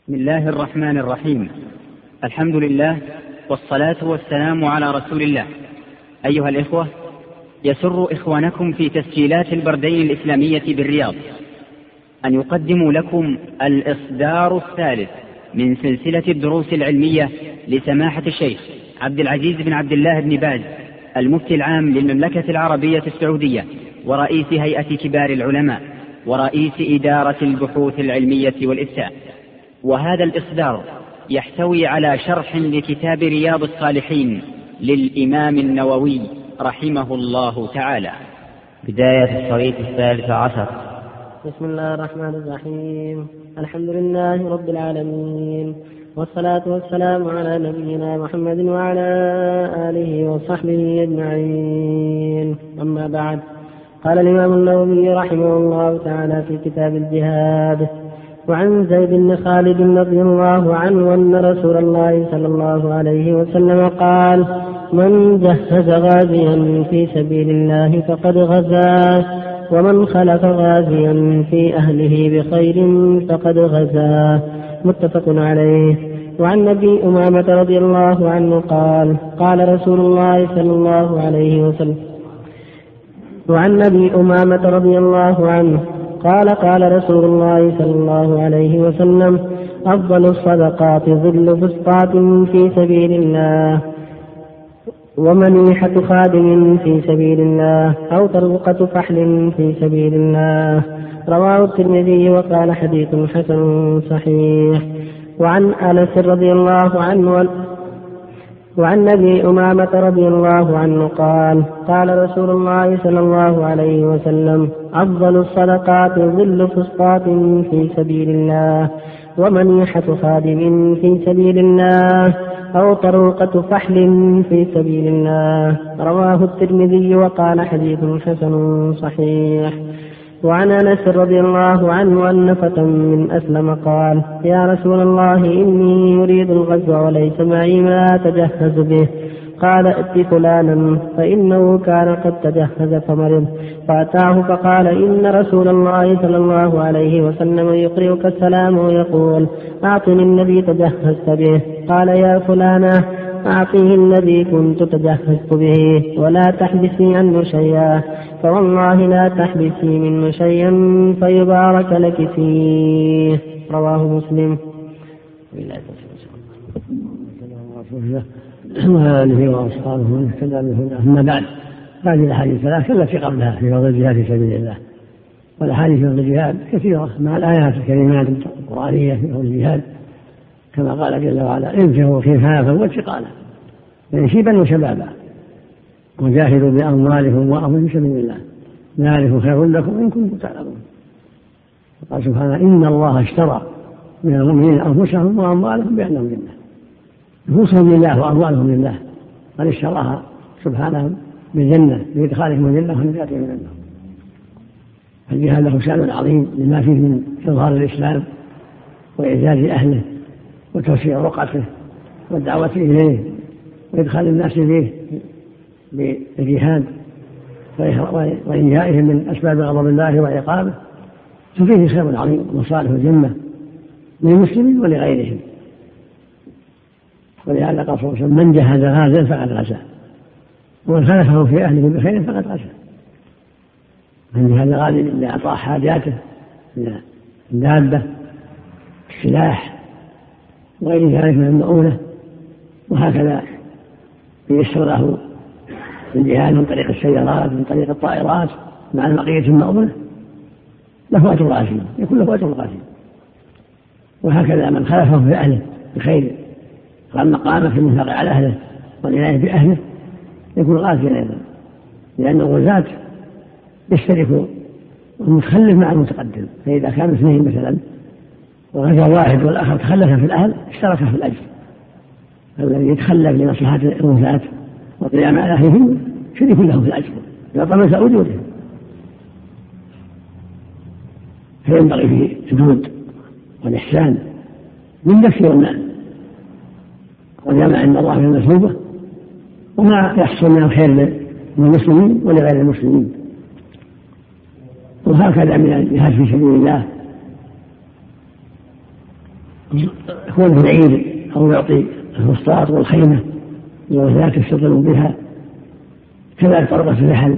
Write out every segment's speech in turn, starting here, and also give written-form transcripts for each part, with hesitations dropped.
بسم الله الرحمن الرحيم. الحمد لله والصلاة والسلام على رسول الله. أيها الإخوة، يسر إخوانكم في تسجيلات البردين الإسلامية بالرياض أن يقدموا لكم الإصدار الثالث من سلسلة الدروس العلمية لسماحة الشيخ عبد العزيز بن عبد الله بن باز، المفتي العام للمملكة العربية السعودية ورئيس هيئة كبار العلماء ورئيس إدارة البحوث العلمية والإفتاء. وهذا الإصدار يحتوي على شرح لكتاب رياض الصالحين للإمام النووي رحمه الله تعالى. بداية الشريط 13. بسم الله الرحمن الرحيم. الحمد لله رب العالمين، والصلاة والسلام على نبينا محمد وعلى آله وصحبه أجمعين. أما بعد، قال الإمام النووي رحمه الله تعالى في كتاب الجهاد: وعن زيد بن خالد رضي الله عنه أن رسول الله صلى الله عليه وسلم قال: من جهز غازيا في سبيل الله فقد غزاه، ومن خلف غازيا في أهله بخير فقد غزاه. متفق عليه. وعن أبي أمامة رضي الله عنه قال: قال رسول الله صلى الله عليه وسلم: وعن أبي أمامة رضي الله عنه قال: قال رسول الله صلى الله عليه وسلم: أفضل الصدقات ظل فسطاط في سبيل الله، ومنيحة خادم في سبيل الله، أو طرقة فحل في سبيل الله. رواه الترمذي وقال حديث حسن صحيح. وعن أنس رضي الله عنه وعن أبي أمامة رضي الله عنه قال: قال رسول الله صلى الله عليه وسلم: أفضل الصدقات ظل فسطاط في سبيل الله، ومنيحة خادم في سبيل الله، أو طروقة فحل في سبيل الله. رواه الترمذي وقال حديث حسن صحيح. وعن أنس رضي الله عنه أن فتى من أسلم قال: يا رسول الله، إني أريد الغزو وليس معي ما أتجهز به. قال: ائت فلانا فإنه كان قد تجهز فمرض. فأتاه فقال: إن رسول الله صلى الله عليه وسلم يقرئك السلام ويقول: أعطني الذي تجهزت به. قال: يا فلانا، أعطيه الذي كنت تجهزت به، ولا تحبسي عنه شيئا، فوالله لا تحبسي منه شيئا فيبارك لك فيه. رواه مسلم. وآله وأصحابه ومن اهتدى بهداه. أما بعد، هذه الأحاديث الثلاث التي قبلها في فضل الجهاد في سبيل الله، والأحاديث في فضل الجهاد كثيرة مع الآيات الكريمات القرآنية في فضل الجهاد، كما قال جل وعلا: انفروا خفافا وثقالا شيبا وشبابا وجاهدوا بأموالكم وأنفسكم في سبيل الله، ذلك خير لكم إن كنتم تعلمون. وقال سبحانه: إن الله اشترى من المؤمنين أنفسهم وأموالهم بأنهم جنة. نفوسهم لله وأموالهم لله، قد اشتراها سبحانه بالجنة بإدخالهم الجنة ونجاتهم من النار. فالجهاد له شأن عظيم لما فيه من إظهار الإسلام وإعزاز أهله وتوسيع رقعته والدعوة إليه وإدخال الناس إليه بالجهاد وإنهائهم من أسباب غضب الله وعقابه. ففيه خير عظيم ومصالح الجنة للمسلمين ولغيرهم. ولهذا قال صلى الله عليه وسلم: من جهز غازا فقد غزا، ومن خلفه في أهله بخير فقد غزا. من جهز غازا لإعطاء حاجاته من الدابة، السلاح، وغير ذلك من المؤونة، وهكذا ييسر له الجهاد من طريق السيارات، من طريق الطائرات، مع بقية المؤونة، له أجر عظيم، يكون له أجر عظيم. وهكذا من خلفه في أهله بخير، قام مقامه في المنفق على أهله والعناية بأهله، يكون غازيا أيضا، لأن الغزاة يشترك المتخلف مع المتقدم. فإذا كان اثنين مثلا وغزا واحد والآخر تخلف في الأهل اشترك في الأجر. الذي يتخلف لمصلحة الغزاة والقيام على أهلهم شريك له في الأجر إذا طمس وجوده. فينبغي فيه الجود والإحسان من نفسه والمال، والجمع عند الله من المثوبة، وما يحصل من الخير للمسلمين ولغير المسلمين. وهكذا من الجهاد في سبيل الله يكون في العيد أو يعطي الفسطاط والخيمة وذاك يشتغل بها، كذلك طرقة الرحل،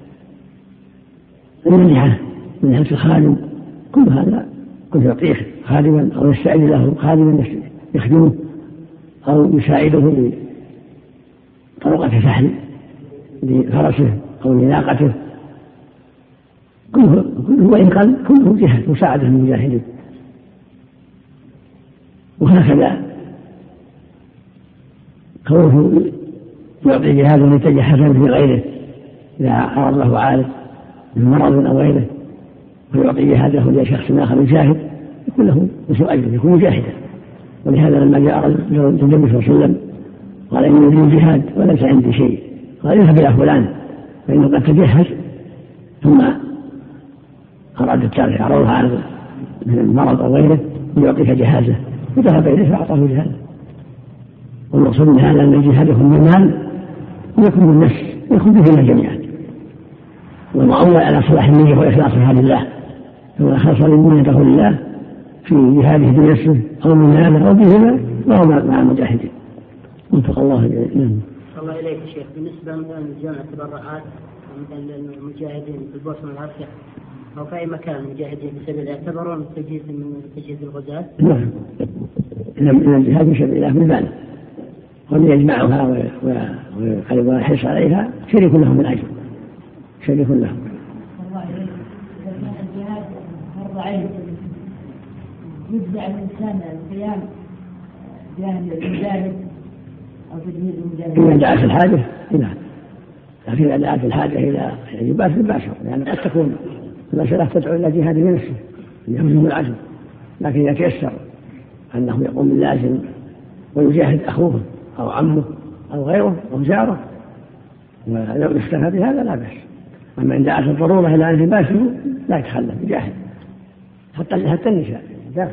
المنحة الخادم، كل هذا كل يعطيه خادما أو يستعين له خادما يخدمه أو يساعده بطرقة فحل لفرسه أو لناقته، كله وإن قل كله جهاد مساعدة للمجاهدين. وهكذا كونه يعطي جهاده نتيجة حسنة في غيره إذا أراد له عارض من مرض أو غيره ويعطي جهاده لشخص آخر يجاهد يكون له مثل أجر، يكون مجاهدا. ولهذا لما جاء النبي صلى الله عليه وسلم قال إني أريد الجهاد وليس عندي شيء، قال اذهب إلى فلان فإنه قد تجهز، ثم أراد التابع عرض عارض من المرض أو غيره ليعطيك جهازه، وذهب إليه فأعطاه جهازه. والمقصود من هذا أن الجهاد يكون بالمال ويكون بالنفس ويكون بهما جميعا، والمعول على صلاح النية وإخلاصها لله، فمن أخلص نيته لله في جهاده بنفسه أو من ماله أو بهما فهو مع المجاهدين. وفق الله إليه. الله إليك شيخ، بالنسبة لجمع التبرعات مثل المجاهدين في البوسنة والهرسك أو في أي مكان المجاهدين في سبيل الله يعتبرون تجهيز الغزاة؟ نعم، من الجهاد في سبيل الله بالمال، ومن يجمعها ويحرص عليها شريك لهم من أجل، شريك لهم. الجهاد فرض عين يجزع الإنسان القيام جانب المجاهد أو تجهيز المجاهد إذا دعت الحاجة نعم، لكن إذا دعت الحاجة إلى يباشر، لأن قد تكون المسألة تدعو إلى جهاد بنفسه يهمه العزم، لكن إذا تيسر أنه يقوم باللازم ويجاهد أخوه أو عمه أو غيره أو جاره ولو اكتفى بهذا لا بأس. أما إن دعت الضرورة إلى أن يباشر لا يتخلف يجاهد حتى النساء داخل.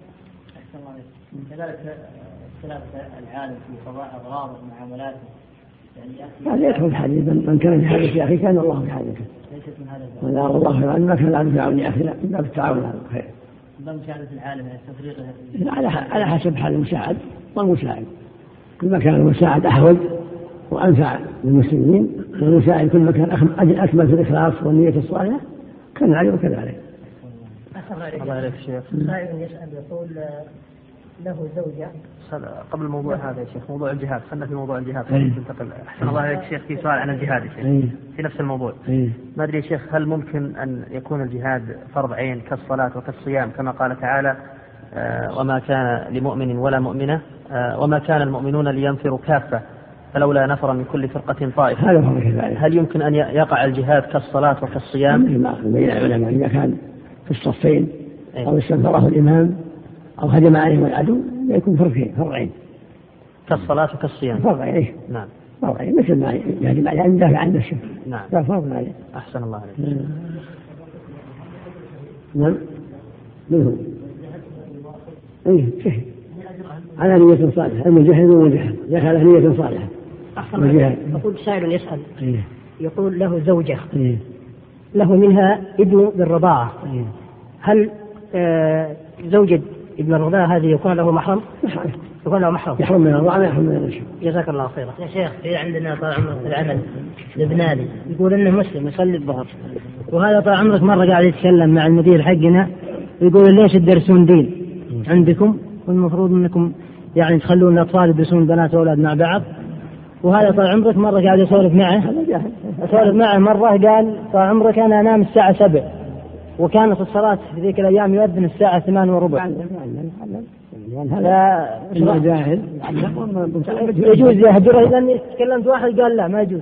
كذلك اختلاف العالم في قضاء أغراضه ومعاملاته، هذا يدخل الحديث من كان في حاجة أخي كان الله في حاجته، ليست من هذا ولا الله خير ما كان العالم في عون أخي، لا باب التعاون على الخير. بمساعدة العالم تفريقها على حسب حال المساعد والمساعد، كل ما كان المساعد أحوج وأنفع للمسلمين والمساعد كل ما كان أكمل في الإخلاص والنية الصالحة كان عليه وكذلك. الله عليك الشيخ. سائل يسأل يقول له زوجة. قبل الموضوع هذا يا شيخ، موضوع الجهاد، خلنا في موضوع الجهاد ننتقل. أحسن الله عليك الشيخ، في سؤال عن الجهاد يا شيخ في نفس الموضوع. ما أدري يا شيخ، هل ممكن أن يكون الجهاد فرض عين كالصلاة وكالصيام كما قال تعالى وما كان لمؤمن ولا مؤمنة وما كان المؤمنون لينفروا كافة فلولا نفر من كل فرقة طائفة، هل يمكن أن يقع الجهاد كالصلاة وكالصيام؟ بين العلماء إذا كان في الصفين أو استنفره الإمام أو هجم عليهم العدو يكون فرعين كالصلاة وكالصيام. فرض عليه. نعم. فرض عليه مثل ما يجب عليه أن يدافع عن نفسه. نعم. لا فرض عليه. أحسن الله عليك. نعم. منهم. شهد. على نية صالحة، المجاهد والمجاهد على نية صالحة. أحسن. يقول سائل يسأل يقول له زوجة له منها ابن بالرضاعة، هل زوجة ابن الرضاعة هذه يكون له محرم؟ يكون له محرم. يحرم من الرضاعة يحرم من النسب. جزاك الله خيرا. يا شيخ في عندنا طال عمرك في العمل لبناني يقول إنه مسلم يصلي الظهر، وهذا طال عمرك مرة قاعد يتكلم مع المدير حقنا يقول ليش تدرسون دين عندكم والمفروض انكم يعني تخلون الاطفال يدرسون بنات واولاد مع بعض، وهذا طال عمرك مرة قاعد يسولف معه مرة قال طال عمرك انا انام الساعة 7 وكانت الصلاة في ذيك الايام يؤذن الساعة 8:15. لا جاهل يجوز يهجره اذا تكلمت واحد قال لا ما يجوز.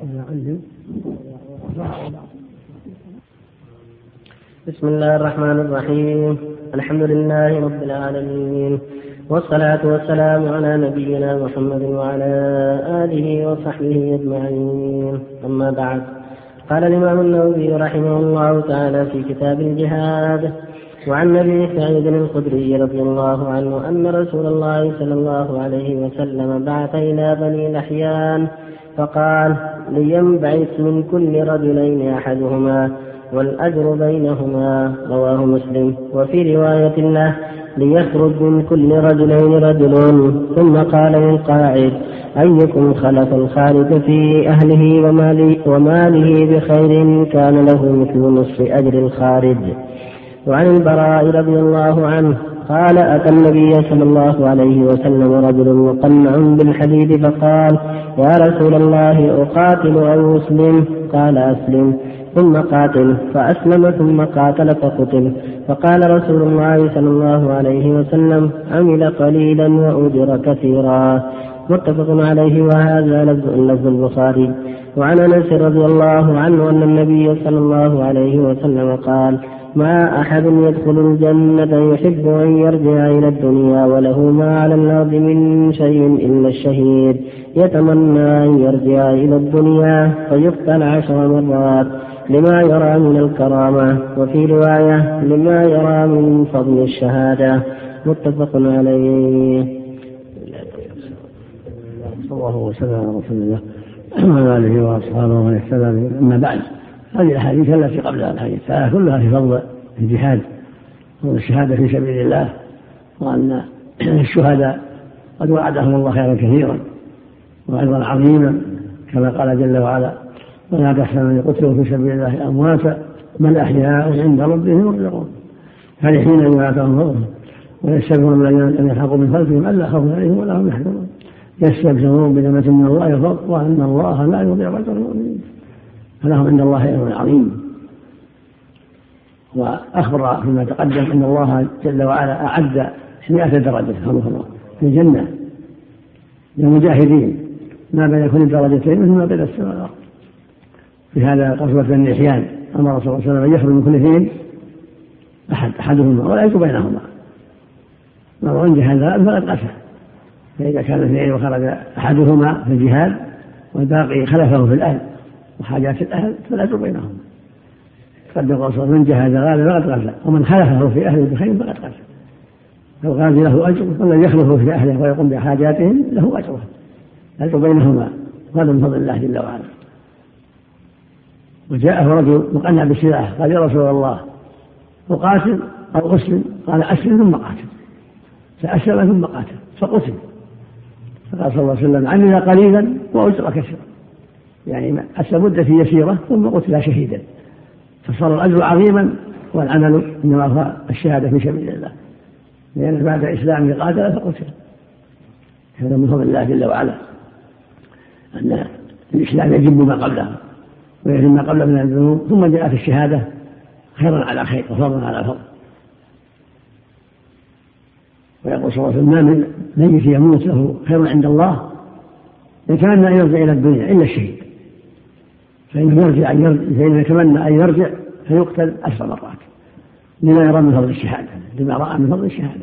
بسم الله الرحمن الرحيم، الحمد لله رب العالمين، والصلاة والسلام على نبينا محمد وعلى آله وصحبه أجمعين، أما بعد. قال الإمام النووي رحمه الله تعالى في كتاب الجهاد: وعن أبي سعيد الخدري رضي الله عنه أن رسول الله صلى الله عليه وسلم بعث إلى بني لحيان فقال: لينبعث من كل رجلين أحدهما والأجر بينهما. رواه مسلم. وفي رواية له: ليخرج من كل رجلين رجل. ثم قال للقاعد: أيكم خلف الخارج في أهله وماله بخير كان له مثل نصف أجر الخارج. وعن البراء رضي الله عنه قال: أتى النبي صلى الله عليه وسلم رجل مقنع بالحديد فقال: يا رسول الله، أقاتل أو أسلم؟ قال: أسلم ثم قاتل. فأسلم ثم قاتل فقتل. فقال رسول الله صلى الله عليه وسلم: عمل قليلا وأجر كثيرا. متفق عليه، وهذا لفظ البخاري. وعن أنس رضي الله عنه أن النبي صلى الله عليه وسلم قال: ما أحد يدخل الجنة يحب أن يرجع إلى الدنيا وله ما على الأرض من شيء إلا الشهيد يتمنى أن يرجع إلى الدنيا فيقتل 10 مرات لما يرى من الكرامة، وفي رواية لما يرى من فضل الشهادة. متفق عليه. صلى الله وسلم على رسول الله وعلى آله وأصحابه ومن اهتدى به. أما بعد، هذه الأحاديث التي قبلها الحديث كلها في فضل الجهاد والشهادة في سبيل الله، وأن الشهداء قد وعدهم الله خيرا كثيرا وأجرا عظيما، كما قال جل وعلا: ولا تحسبن يقتلوا في سبيل الله أمواتا بل أحياء عند ربهم يرزقون فرحين بما آتاهم فضله ويستبشرون بالذين يلحقوا من خلفهم ألا خوف عليهم ولا هم يحزنون يستبشرون بنعمة من الله وفضل وأن الله لا يضيع أجر المؤمنين فلهم عند الله أجر عظيم. وأخبر فيما تقدم أن الله جل وعلا أعد 100 درجة في الجنة للمجاهدين ما بين كل درجتين مثل ما بين السماء والأرض. في هذا قصوى بن إحيان أمر صلى الله عليه وسلم أن يخرج من كل اثنين أحدهما ولا يجب بينهما، ومن جهاد فقد قتل. فإذا كان اثنين وخرج أحدهما في الجهاد والباقي خلفه في الأهل وحاجات الأهل فلا يجب بينهما. قد يقول من جهاد غالب فقد قتل، ومن خلفه في أهله بخير فقد قتل. فالغازي له أجر والذي يخلفه في أهله ويقوم بحاجاتهم له أجره، يجب بينهما. هذا من فضل الله جل وعلا. وجاءه رجل مقنع بالسلاح قال: يا رسول الله، أقاتل أو أسلم؟ قال: أسلم ثم قاتل. فأسلم ثم قاتل فقتل. فقال صلى الله عليه وسلم: عمل قليلا وأجر كثيرا، يعني أسلم مدة يسيرة ثم قتل شهيدا، فصار الأجر عظيما والعمل إنما هو الشهادة في سبيل الله، لأن بعد إسلام قاتل فقتل. هذا من فضل الله جل وعلا أن الإسلام يجب ما قبله ويجب ما قبله من الذنوب، ثم جاءت الشهادة خيرا على خير وفضلا على فضل. ويقول صلى الله عليه وسلم: ما من ميت يموت له خير عند الله يتمنى أن يرجع إلى الدنيا إلا الشهيد، فإنه يتمنى أن يرجع فيقتل 10 مرات لما يرى من فضل الشهادة، لما رأى من فضل الشهادة.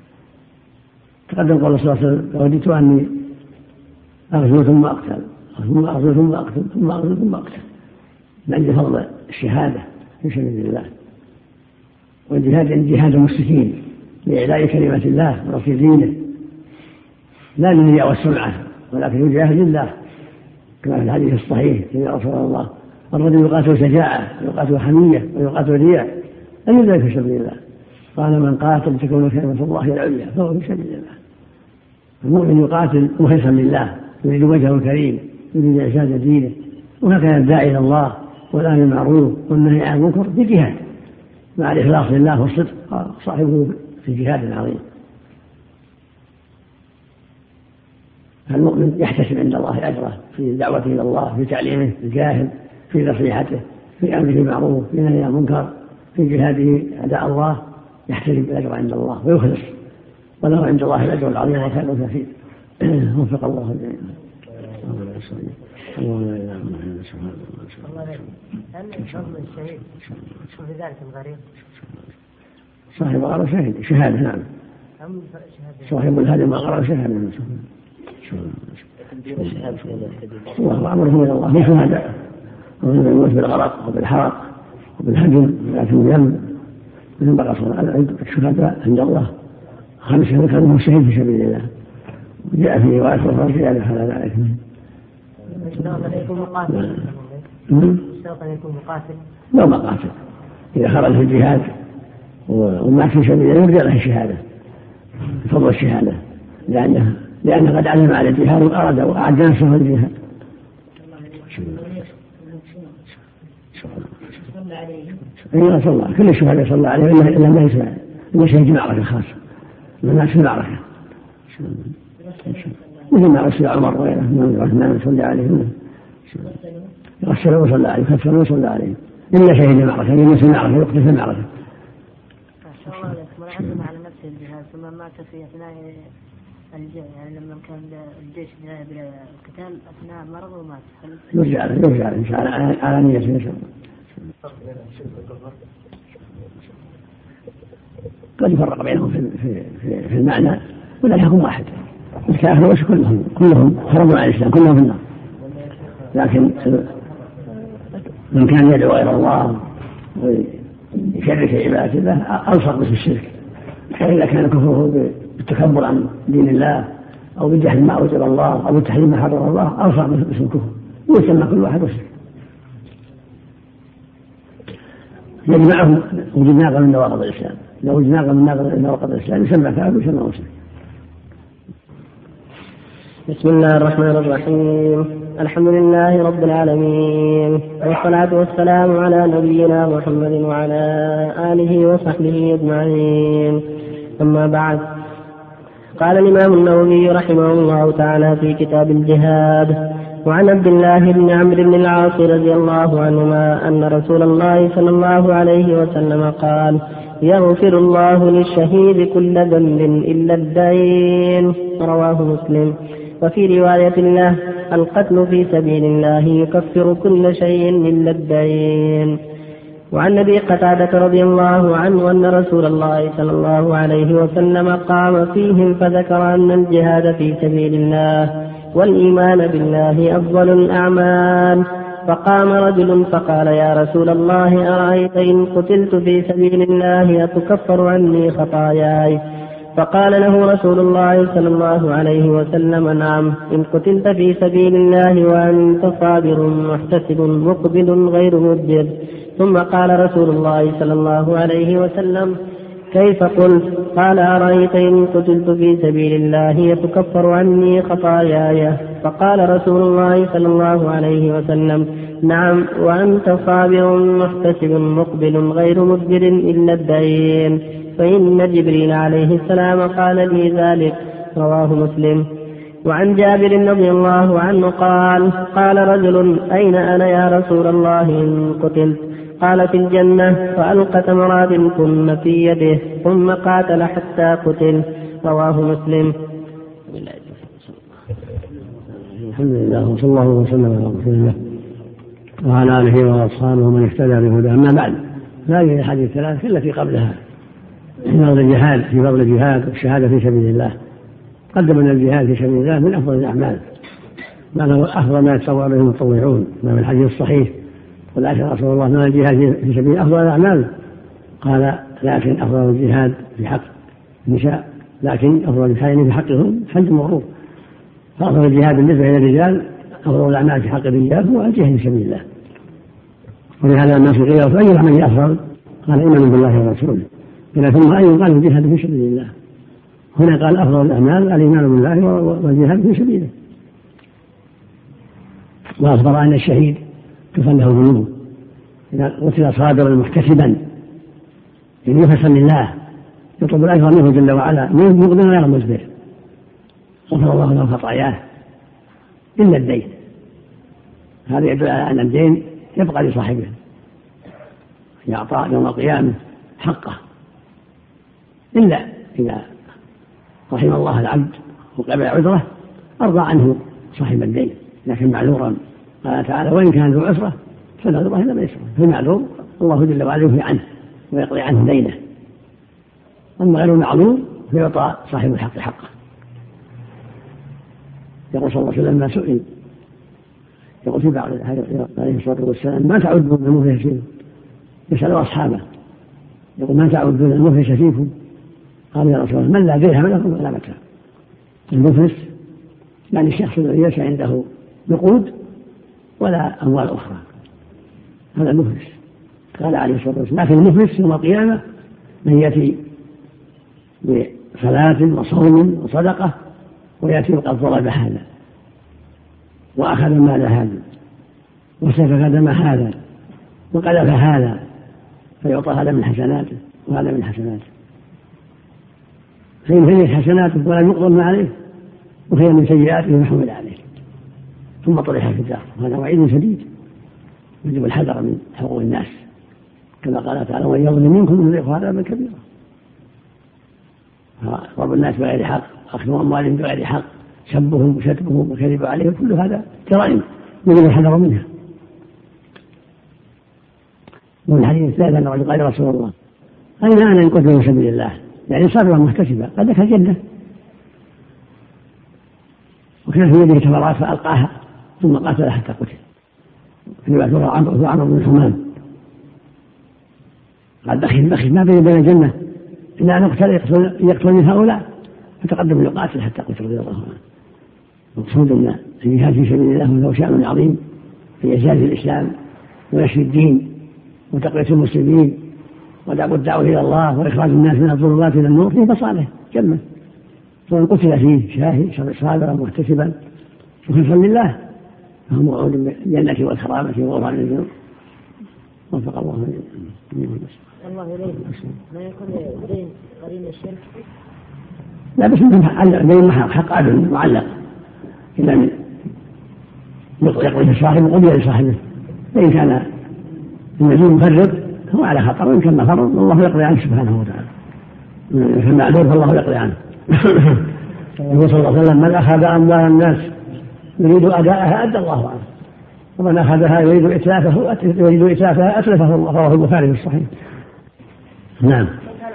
تقدم قول صلى الله عليه وسلم: وددت أني أغزو ثم أقتل ثم أغزو ثم أقتل ثم أغزو ثم أقتل، من أجل فضل الشهادة في سبيل الله. والجهاد جهاد المسلمين لإعلاء كلمة الله ونصر دينه، لا للرياء والسمعة، ولكن يجاهد لله كما في الحديث الصحيح: يا رسول الله، الرجل يقاتل شجاعة ويقاتل حمية ويقاتل رياء، أي ذلك في سبيل الله؟ قال: من قاتل تكون كلمة الله هي العليا فهو في سبيل الله. المؤمن يقاتل مخلصا لله، يريد وجهه الكريم، يريد إعزاز دينه، وهكذا الداعي إلى الله والأمر بالمعروف والنهي عن المنكر بجهاد مع الإخلاص لله والصدق، صاحبه في جهاد عظيم. فالمؤمن يحتسب عند الله أجره في دعوته إلى الله، في تعليمه، في الجاهل، في نصيحته، في أمره بالمعروف، في نهي عن المنكر، في جهاده أعداء الله، يحتسب الأجر عند الله ويخلص، وله عند الله الأجر العظيم والخير الكثير. وفق الله الجميع. هل فضل الشهيد شو في ذلك الغريب؟ صاحب غرة شهيد شهادة، نعم. صاحب الهدي ما غرة شهادة. الله أمره من الله، مش شهادة. الموت بالغرق وبالحرق وبالهدم ولكن يم من بقى الشهداء عند الله 5 ذكرهم الشهيد في سبيل الله. وجاء في رواية أخرى زيادة على ذلك. اشترط أن يكون مقاتل. اشترط أن يكون مقاتل. لا مقاتل، إذا خرج في الجهاد ومات في سبيل الله يرجع له الشهادة، والشهادة لأنه قد علم على الجهاد وأراد وأعد نفسه للجهاد. أيها صلى الله كل الشهداء صلى الله عليه إلا ما يسمع إلا شهد معركة خاصة ما في المعركة مثل ما غسل عمر وغيره من العثمان صلى عليه يغسله وصلى عليه يكفره وصلى عليه إلا شهد معركة إلا في المعركة يقتل في المعركة. عزم على نفسه الجهاد ثم مات في أثناء يعني لما كان الجيش ذاهب إلى القتال أثناء مرض ومات يرجع إن شاء الله على نيته إن شاء الله. قد يفرق بينهم في المعنى ولا يحكم واحد. الكافر وش كلهم خرجوا عن الإسلام كلهم في النار، لكن من كان يدعو غير الله ويشرك عبادة الله ألصق به الشرك، إذا كان كفره بالتكبر عن دين الله أو بالجهل ما أوجب الله أو بالتحريم ما حرم الله ألصق به الكفر ويسمى كل واحد مشرك. يجمعهم وجود ناقض من نواقض الإسلام، لو وجود ناقض من نواقض الإسلام يسمى كافر ويسمى مسلم. بسم الله الرحمن الرحيم. الحمد لله رب العالمين، والصلاة والسلام على نبينا محمد وعلى آله وصحبه أجمعين. أما بعد، قال الإمام النووي رحمه الله تعالى في كتاب الجهاد: وعن عبد الله بن عمرو بن العاص رضي الله عنهما أن رسول الله صلى الله عليه وسلم قال: يغفر الله للشهيد كل ذنب إلا الدين. رواه مسلم. وفي رواية له: القتل في سبيل الله يكفر كل شيء إلا الدين. وعن أبي قتادة رضي الله عنه أن رسول الله صلى الله عليه وسلم قام فيهم فذكر أن الجهاد في سبيل الله والإيمان بالله أفضل الأعمال. فقام رجل فقال: يا رسول الله، أرأيت إن قتلت في سبيل الله أتكفر عني خطاياي؟ فقال له رسول الله صلى الله عليه وسلم: نعم، إن قتلت في سبيل الله وأنت صابر محتسب مقبل غير مدبر. ثم قال رسول الله صلى الله عليه وسلم: كيف قلت؟ قال: أرأيت إن قتلت في سبيل الله يتكفر عني خطاياي؟ فقال رسول الله صلى الله عليه وسلم: نعم، وأنت صابر محتسب مقبل غير مدبر إلا الدين، فإن جبريل عليه السلام قال لي ذلك. رواه مسلم. وعن جابر رضي الله عنه قال رجل: أين أنا يا رسول الله إن قتلت؟ قال: في الجنة. فألقى تمرات كن في يده ثم قاتل حتى قتل. رواه مسلم. الحمد لله وصلى الله وسلم على رسول الله وعلى آله وأصحابه ومن اهتدى بهداه. أما بعد، هذه الحديث الثلاث التي قبلها في فضل الجهاد والشهادة في سبيل الله. قدمنا الجهاد في سبيل الله من أفضل الأعمال، ما أفضل ما يتطوع به المتطوعون، ما من الحديث الصحيح: قال رسول الله: ما الجهاد في سبيل أفضل الأعمال؟ قال: لكن أفضل الجهاد في حق النساء، لكن أفضل الجهاد في حقهم حج مغروب. فأفضل الجهاد بالنسبة إلى الرجال، أفضل الأعمال في حق الرجال هو الجهاد في سبيل الله. ولهذا الناس قيل: فأي العمل أفضل؟ قال: إيمان بالله ورسوله. ثم أي قال: الجهاد في سبيل الله. هنا قال: أفضل الأعمال الإيمان بالله والجهاد في سبيله. وأخبر أن الشهيد تغفر له ذنوبه إذا قتل صابرا محتسبا يفسا لله يطلب الأجر منه جل وعلا مقبلا غير مدبر، غفر الله له خطاياه إلا الدين. هذا يدل على أن الدين يبقى لصاحبه، يعطى يوم القيامة حقه، إلا إذا رحم الله العبد وقبل عذره أرضى عنه صاحب الدين، لكن معذورا. قال تعالى: وإن كان ذو عسرة فنظرة إلى ميسرة. فالمعذور الله جل وعلا يوفي عنه ويقضي عنه دينه، أما غير المعذور فيعطى صاحب الحق حقه. يقول صلى الله عليه وسلم: ما سئل، يقول في بعض عليه الصلاة والسلام: ما تعدون المفلس فيكم؟ يسأل أصحابه يقول: ما تعدون المفلس فيكم؟ قال: يا رسول الله: من لا درهم له ولا متاع. المفلس يعني الشخص الذي ليس عنده نقود ولا أموال أخرى، هذا المفلس. قال عليه الصلاة والسلام: لكن المفلس يوم القيامة من يأتي صلاة وصوم وصدقة ويأتي وقد ضرب هذا وأخذ مال هذا وسفك دم هذا وقذف هذا فيعطى هذا من حسناته وهذا من حسناته، فإن هي حسناته ولم يقضى ما عليه وهي من سيئاته محمول عليه ثم طرح في الدار. وهذا وعيد شديد يجب الحذر من حقوق الناس كما قال تعالى ومن يظلم منكم نذيقه عذابا كبيرا. ضرب الناس بغير حق، أخذ أموالهم بغير حق، سبهم وشتمهم وكذب عليهم، كل هذا جرائم يجب الحذر منها. ومن الحديث الثالث أن قال رسول الله أين أنا إن قتل في سبيل الله، يعني صبرا محتسبا قد دخل الجنة. وكان في يده تمرات فألقاها ثم قاتل حتى قتل. في عمرو بن حمام قال بخل ما بين الجنة إلا أن يقتل من هؤلاء، فتقدم يقاتل حتى قتل رضي الله عنه. مقصود أن الجهاد في سبيل الله له شأن عظيم في إعزاز الإسلام ونشر الدين وتقوية المسلمين ودعوة الدعوة إلى الله وإخراج الناس من الظلمات إلى النور فيه مصالح جمة. فمن قتل فيه شاهد صابرا محتسبا مخلصا لله فهو موعود بالجنة والكرامة وغفران الذنوب. وفق الله الله إليه ما يكون دين قرين الشرك. لا بس دين حق عدل معلق إذا يقضي صاحبه قضي لصاحبه، فإن كان المدين مفرط هو على خطر، وإن كان فرض والله يقضي عنه سبحانه وتعالى، فالمعذور فالله يقضي عنه. النبي صلى الله عليه وسلم من أخذ أموال الناس يريد أداءها أدى الله عنه، ومن أخذها يريد إتلافها أتلفه الله، رواه البخاري في الصحيح. نعم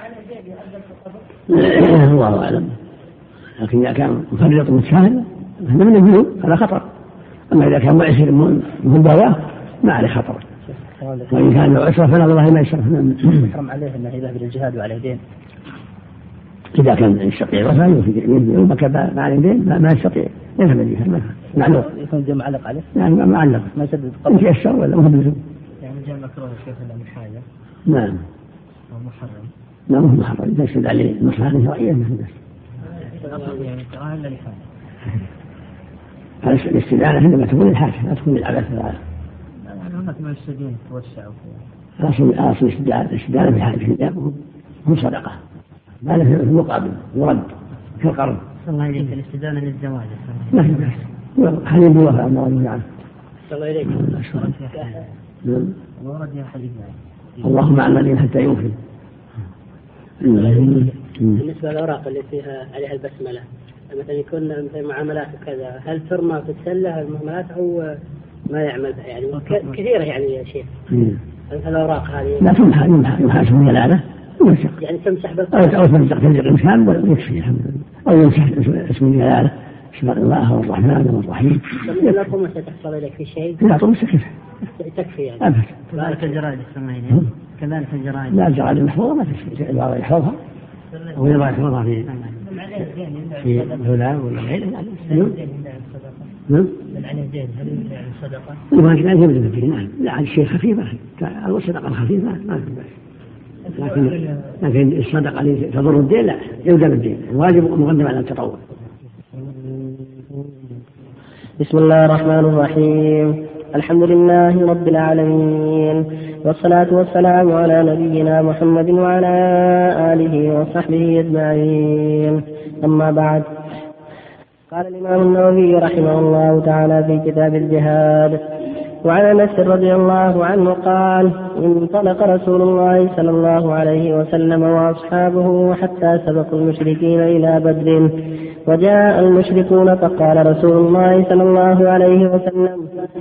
الله أعلم، لكن إذا كان مفرط متساهل هذا من الذنوب على خطر، أما إذا كان معسر مبالغ ما عليه خطر، وإن كان عسر فلا والله ما يشرف. يحرم عليه أنه يذهب إلى الجهاد وعليه دين. إذا كان يستطيع وفاه وبكى ما عليه دين ما يستطيع يذهب الجهاد معلوم يكون جمع علق عليه يعني معلق ما يسدد قبل يشتر ولا مهبل يعني جمع مكروه الشيخ ولا مش حاجة. نعم محرم. لا مو محرم إذا يشهد عليه مصلحة شرعية ما في يعني كراهة إلا لحاجة. هذا الاستدانة عندما تكون الحاجة لا تكون العبث. يعني هناك من السجين توسعوا فيها. أصل الاستدانة بحاجة هو صدقة ما له في المقابل يرد في القرض. الله إليك الاستدانة للزواج. ما في بأس حليل بوفاء الله رضي عنه. الله إليك. ورد يا حديث اللهم عن مدين حتى يوفي. بالنسبة للأوراق اللي فيها عليها البسملة مثلا يكون مثل معاملات وكذا هل ترمى وتتسلى المعاملات أو ما يعمل يعني كثيرة يعني يا شيخ الأوراق هذه لا يمحى اسم الجلالة يعني تمسح أو تمسح في الإمكان ويكفي الحمد لله أو يمسح اسم الجلالة اسم الله والرحمن والرحيم. لا طمس تحصل إليك في شيء لا طمس تكفي يعني أبدا. كذلك الجرائد السمعين كذلك الجرائد لا الجرائد المحفوظة ما تكفي البعض يحفظها أو يضع يحفظها في الهلال ولا غيره. من عليه دين هل يعني صدقة؟ ما كان يبدأ بالدين نعم لا الشيء خفيف الصدقة الخفيفة ما في بس لكن الصدقة اللي تضر الدين لا يبدأ بالدين الواجب مقدم على التطوع. بسم الله الرحمن الرحيم الحمد لله رب العالمين والصلاة والسلام على نبينا محمد وعلى آله وصحبه أجمعين. أما بعد قال الإمام النووي رحمه الله تعالى في كتاب الجهاد وعن أنس رضي الله عنه قال انطلق رسول الله صلى الله عليه وسلم وأصحابه حتى سبقوا المشركين إلى بدر وجاء المشركون فقال رسول الله صلى الله عليه وسلم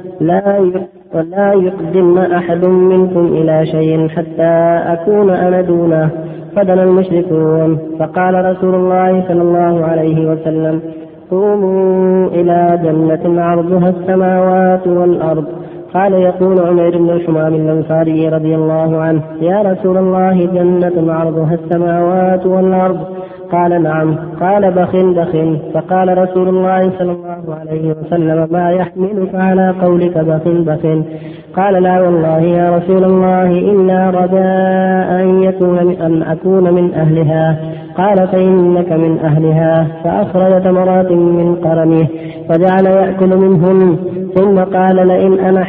لا يقدم أحد منكم إلى شيء حتى أكون أنا دونه فدنا المشركون فقال رسول الله صلى الله عليه وسلم قوموا إلى جنة عرضها السماوات والأرض. قال يقول عمير بن الحمام الأنصاري رضي الله عنه يا رسول الله جنة عرضها السماوات والأرض؟ قال نعم. قال بخن فقال رسول الله صلى الله عليه وسلم ما يحملك على قولك بخن؟ قال لا والله يا رسول الله إلا رجاء أن أكون من أهلها قال فإنك من أهلها. فأخرج تمرات من قرنه وجعل يأكل منهن ثم قال لئن أنا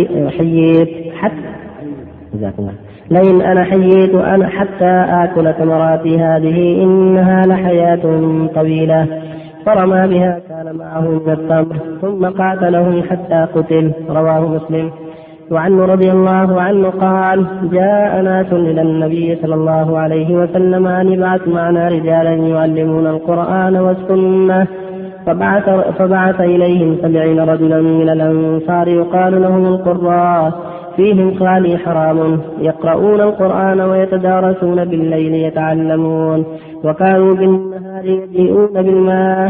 حييت أنا حتى آكل تمراتي هذه إنها لحياة طويلة. فرمى بها كان معه من التمر ثم قاتلهم حتى قتل. رواه مسلم. وعنه رضي الله عنه قال جاء ناس إلى النبي صلى الله عليه وسلم أن يبعث معنا رجالا يعلمون القرآن والسنة فبعث إليهم 70 رجلا من الأنصار يقال لهم القراء فيهم خالي حرام يقرؤون القرآن ويتدارسون بالليل يتعلمون. وكانوا بالنهار يجيئون بالماء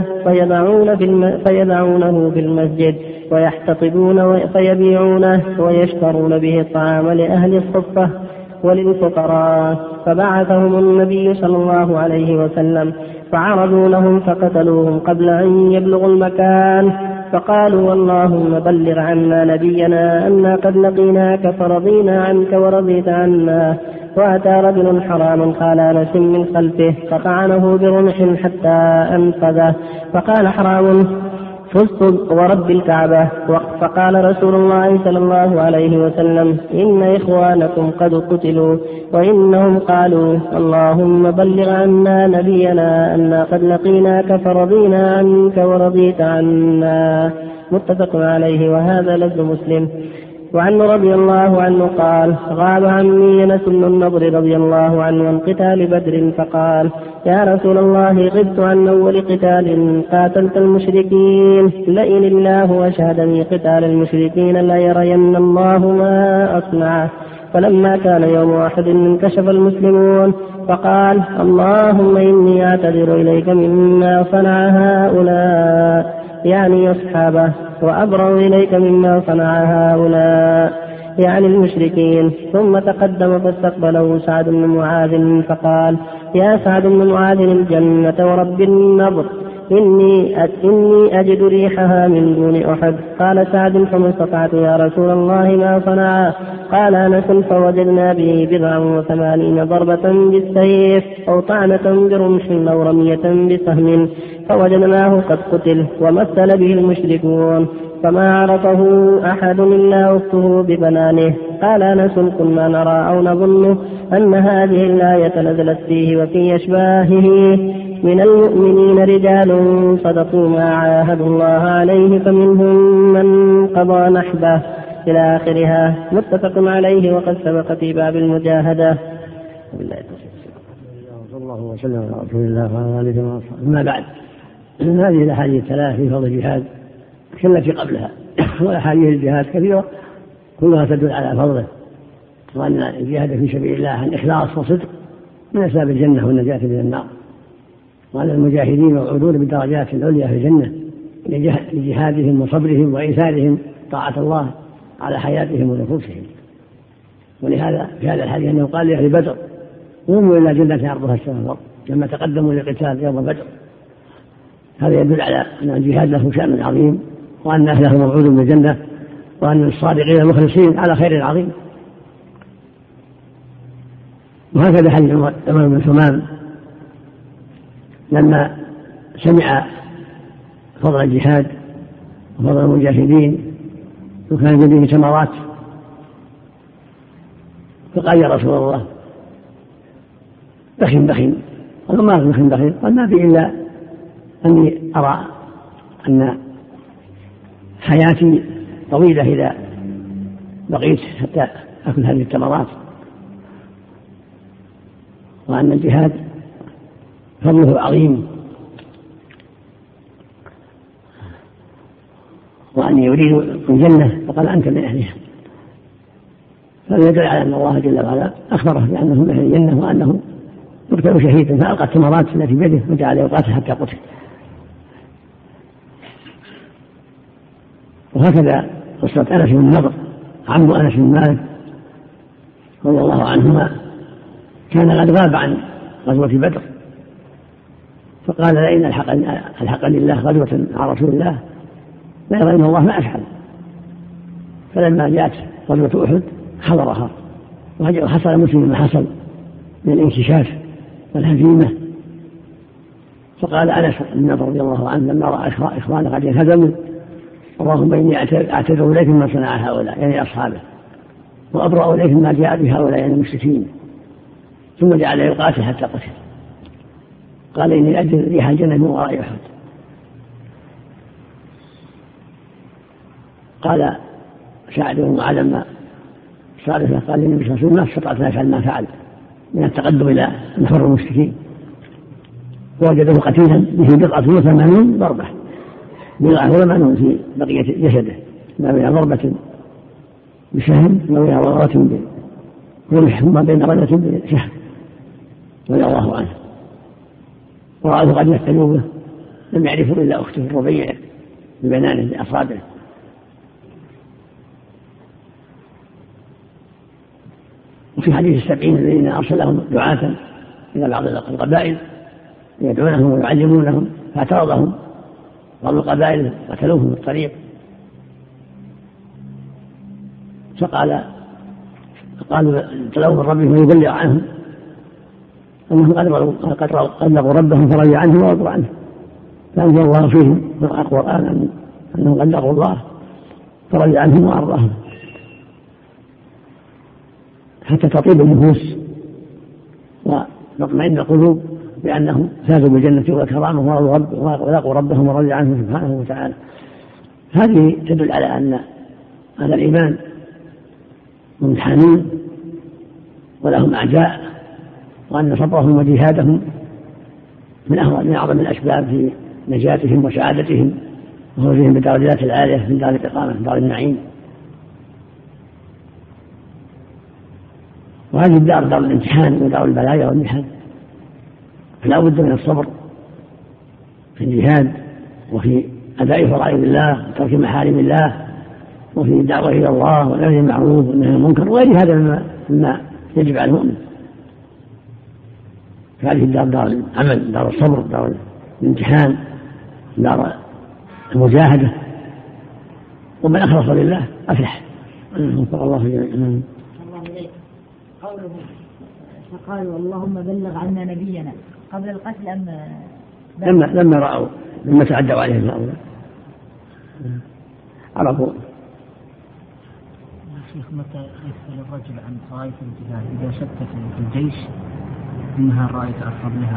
فيضعونه في المسجد ويحتطبون فيبيعونه ويشترون به الطعام لأهل الصفة وللفقراء. فبعثهم النبي صلى الله عليه وسلم فعرضوا لهم فقتلوهم قبل أن يبلغوا المكان. فقالوا اللهم بلغ عنا نبينا أنا قد لقيناك فرضينا عنك ورضيت عنا. وأتى رجل حرام قال أنس من خلفه فطعنه برمح حتى أنقذه. فقال حرام فزت ورب الكعبة. فقال رسول الله صلى الله عليه وسلم إن إخوانكم قد قتلوا وإنهم قالوا اللهم بلغ عنا نبينا أنا قد لقيناك فرضينا عنك ورضيت عنا. متفق عليه وهذا لفظ مسلم. وعنه رضي الله عنه قال غاب عني أنس بن النضر رضي الله عنه عن قتال بدر فقال يا رسول الله غبت عن أول قتال قاتلت المشركين لئن الله وشهدني قتال المشركين لا يرين الله ما أصنع. فلما كان يوم أحد انكشف المسلمون فقال اللهم إني أعتذر إليك مما صنع هؤلاء يعني أصحابه وأبرأ إليك مما صنع هؤلاء يعني المشركين. ثم تقدم فاستقبله سعد بن معاذ فقال يا سعد بن معاذ الجنة ورب النضر إني أجد ريحها من دون أحد. قال سعد فما استطعت يا رسول الله ما صنع. قال أنس فوجدنا به 87 ضربة بالسيف أو طعنة برمح أو رمية بسهم فوجدناه قد قتل ومثل به المشركون فما عرفه أحد إلا أخته ببنانه. قال أنس كنا نرى أو نظن أن هذه الآية نزلت فيه وفي أشباهه من المؤمنين رجال صدقوا ما عاهدوا الله عليه فمنهم من قضى نحبه إلى آخرها. متفق عليه وقد سبق في باب المجاهدة. صلى الله وسلم على رسول الله وعلى آله وصحبه. أما بعد هذه الأحاديث الثلاث في فضل الجهاد كالتي قبلها والأحاديث الجهاد كثيرة كلها تدل على فضله وأن الجهاد في سبيل الله عن إخلاص وصدق من أسباب الجنة والنجاة من النار. وأن المجاهدين موعودون بالدرجات العليا في الجنة لجهادهم وصبرهم وإيثارهم طاعة الله على حياتهم ونفوسهم. ولهذا في هذا الحديث أنه قال لأهل بدر قوموا إلى جنة عرضها السماء والأرض لما تقدموا للقتال يوم بدر. هذا يدل على أن الجهاد له شأن عظيم وأن أهله موعود بالجنة وأن الصادقين المخلصين على خير عظيم. وهكذا حديث عمر بن حمام لما سمع فضل الجهاد وفضل المجاهدين وكان يديه ثمرات فقال يا رسول الله بخن. قال ما بخن قال ما في إلا أني أرى أن حياتي طويلة إذا بقيت حتى أكل هذه الثمرات وأن الجهاد فضله عظيم وأني أريد الجنة فقال أنت من أهلها. فهذا يدل على أن الله جل وعلا أخبره بأنه من أهل الجنة وأنه يقتل شهيدا فألقى الثمرات التي بيده وجعل يقاتل حتى قتل. وهكذا قصة أنس بن النضر عم أنس بن مالك رضي الله عنهما كان قد غاب عن غزوة بدر فقال لئن الحقني الله غزوة مع رسول الله لا يرين الله ما أفعل. فلما جاءت غزوة أحد حضرها وحصل مسلم ما حصل من الانكشاف والهزيمة فقال أنس بن نضر رضي الله عنه لما رأى إخوانه قد انهزموا: اللهم إني أعتذر إليك مما صنع هؤلاء، يعني أصحابه، وأبرأ إليك ما جاء بهؤلاء يعني المشركين. ثم جعل يقاتل حتى قتل. قال: إني أجد ريح الجنة من وراء أحد. قال سعد بن معاذ لما صار قال للنبي صلى الله عليه وسلم: ما استطعت أن أفعل ما فعل من التقدم إلى نحر المشركين. ووجده قتيلا به 89 ضربة، 180 في بقية جسده، ما بين ضربة بسهم وما بين ضربة برمح وما بين ردة بسهم، رضي الله عنه. ورأته قد يفتنوا به، لم يعرفوا إلا أخته الربيع ببنانه بأصابعه. وفي حديث 70 الذين أرسلهم دعاة إلى بعض القبائل يدعونهم ويعلمونهم، فاعترضهم بعض القبائل قتلوهم في الطريق. قالوا طلبوا من ربهم يبلغ عنهم أنهم قد قلقوا ربهم فرضي عنهم ورضوا عنه، فأنزل الله فيهم من القرآن أنهم قلقوا الله فرضي عنهم وأرضاهم، حتى تطيب النفوس وتطمئن القلوب بأنهم فازوا بالجنة والكرامة ولاقوا ربهم ورضي عنهم سبحانه وتعالى. هذه تدل على أن هذا الإيمان ممتحنين ولهم أعداء، وأن صبرهم وجهادهم من أعظم الأسباب في نجاتهم وسعادتهم وخروجهم بدرجات العالية من دار الإقامة دار النعيم. وهذه الدار دار الامتحان ودار البلايا والمحن، فلا بد من الصبر في الجهاد وفي أداء فرائض الله وترك محارم الله وفي الدعوة إلى الله والأمر بالمعروف والنهي عن المنكر وغير هذا مما يجب على المؤمن. فهذه الدار دار العمل، دار الصبر، دار الامتحان، دار المجاهدة، ومن أخلص لله أفلح. الله جميعا. قوله فقالوا اللهم بلغ عنا نبينا قبل القتل أم لما تعدوا عليهم هؤلاء عرفوا. شيخ، متى يسأل الرجل عن طائف الجهاد إذا شك في الجيش إنها الرأي تأخذ لها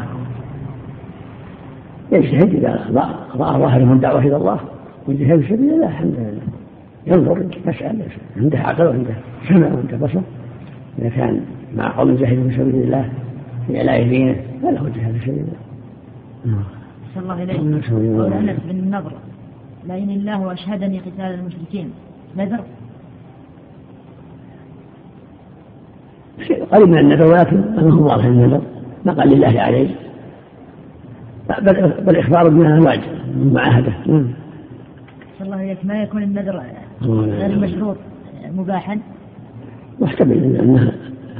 يجتهد إذا رأى ظاهر من دعوة إلى الله والجهاد في سبيل الله الحمد لله، ينظر يسأل عنده عقل وعنده سمع وعنده بصر. إذا كان مع قوم جاهدوا في سبيل الله في علاء دينه فله الجهاد في سبيل الله. صلى الله عليه وسلم. قول أنس بن النضر: لئن الله وأشهدني قتال المشركين نذر. قريب من النذر ولكن أنه واضح النذر ما قال لله عليه، بل إخبار بما الواجب من معاهدة. صلى الله عليه وسلم. ما يكون النذر غير المشروط مباحا؟ محتمل أنها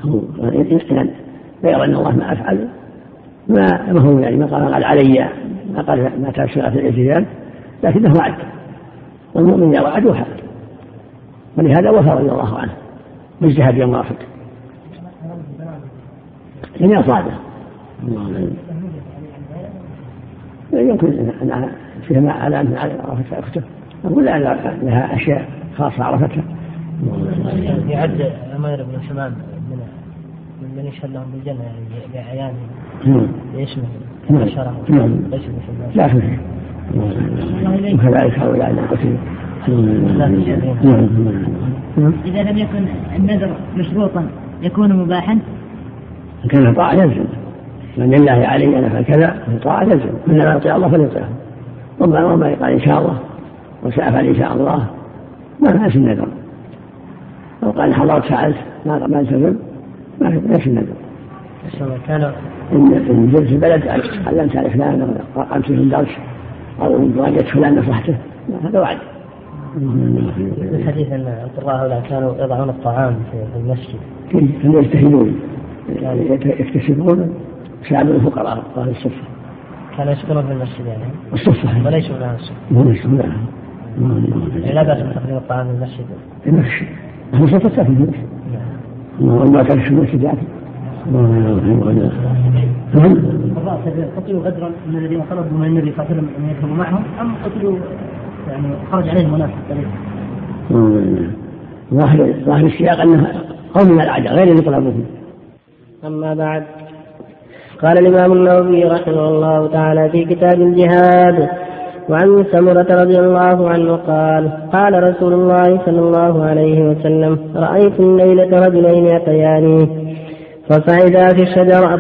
لا يرى أن الله ما أفعل ما هو يعني ما قال علي ما قال ما تشرع في الالتزام، لكنه وعد، والمؤمن يرى عدوها، ولهذا وفى رضي الله عنه بالجهاد يوم وافد لم يصعده. يمكن أن فيها ما على أن عرفتها أخته، أقول لها أشياء خاصة عرفتها. يعد عمير بن حمام من يشهد لهم بالجنة يعني بعيانه يشمل الشرع ليس بالحمام. لا فيه وكذلك هؤلاء القتل. إذا لم يكن النذر مشروطا يكون مباحا. كان طاعة يلزم، من لله علي أن أفعل كذا طاعة يلزم، من لا يطيع الله فليطيعه، وما يقال إن شاء الله وسأفعل إن شاء الله ما ناس النذر. لو قال حضرت فعلت ما التزم ما ناس النذر. كان إن جلس البلد علمت على فلان أمس في الدرس أو راجعت فلان نصحته هذا وعد. الحديث أن القراء هؤلاء كانوا يضعون الطعام في المسجد، كانوا يجتهدون يكتسبون شعب الفقراء أهل الصفة، كانوا يسكنون في المسجد يعني الصفة وليسوا من أهل الصفة. لا بأس من تقديم الطعام في المسجد. المسجد أهل الصفة في المسجد وما كان في المسجد يعني. بالرأس قتلوا غدرا من الذين طلبوا من النبي صلى الله عليه وسلم أن يذهبوا معهم أم قتلوا يعني خرج عليهم منافق ذلك؟ ظاهر السياق أنه قوم من الأعداء غير اللي طلبوهم. أما بعد، قال الإمام النووي رحمه الله تعالى في كتاب الجهاد: وعن سمرة رضي الله عنه قال: قال رسول الله صلى الله عليه وسلم: رأيت الليلة رجلين يطياني فصعدا بي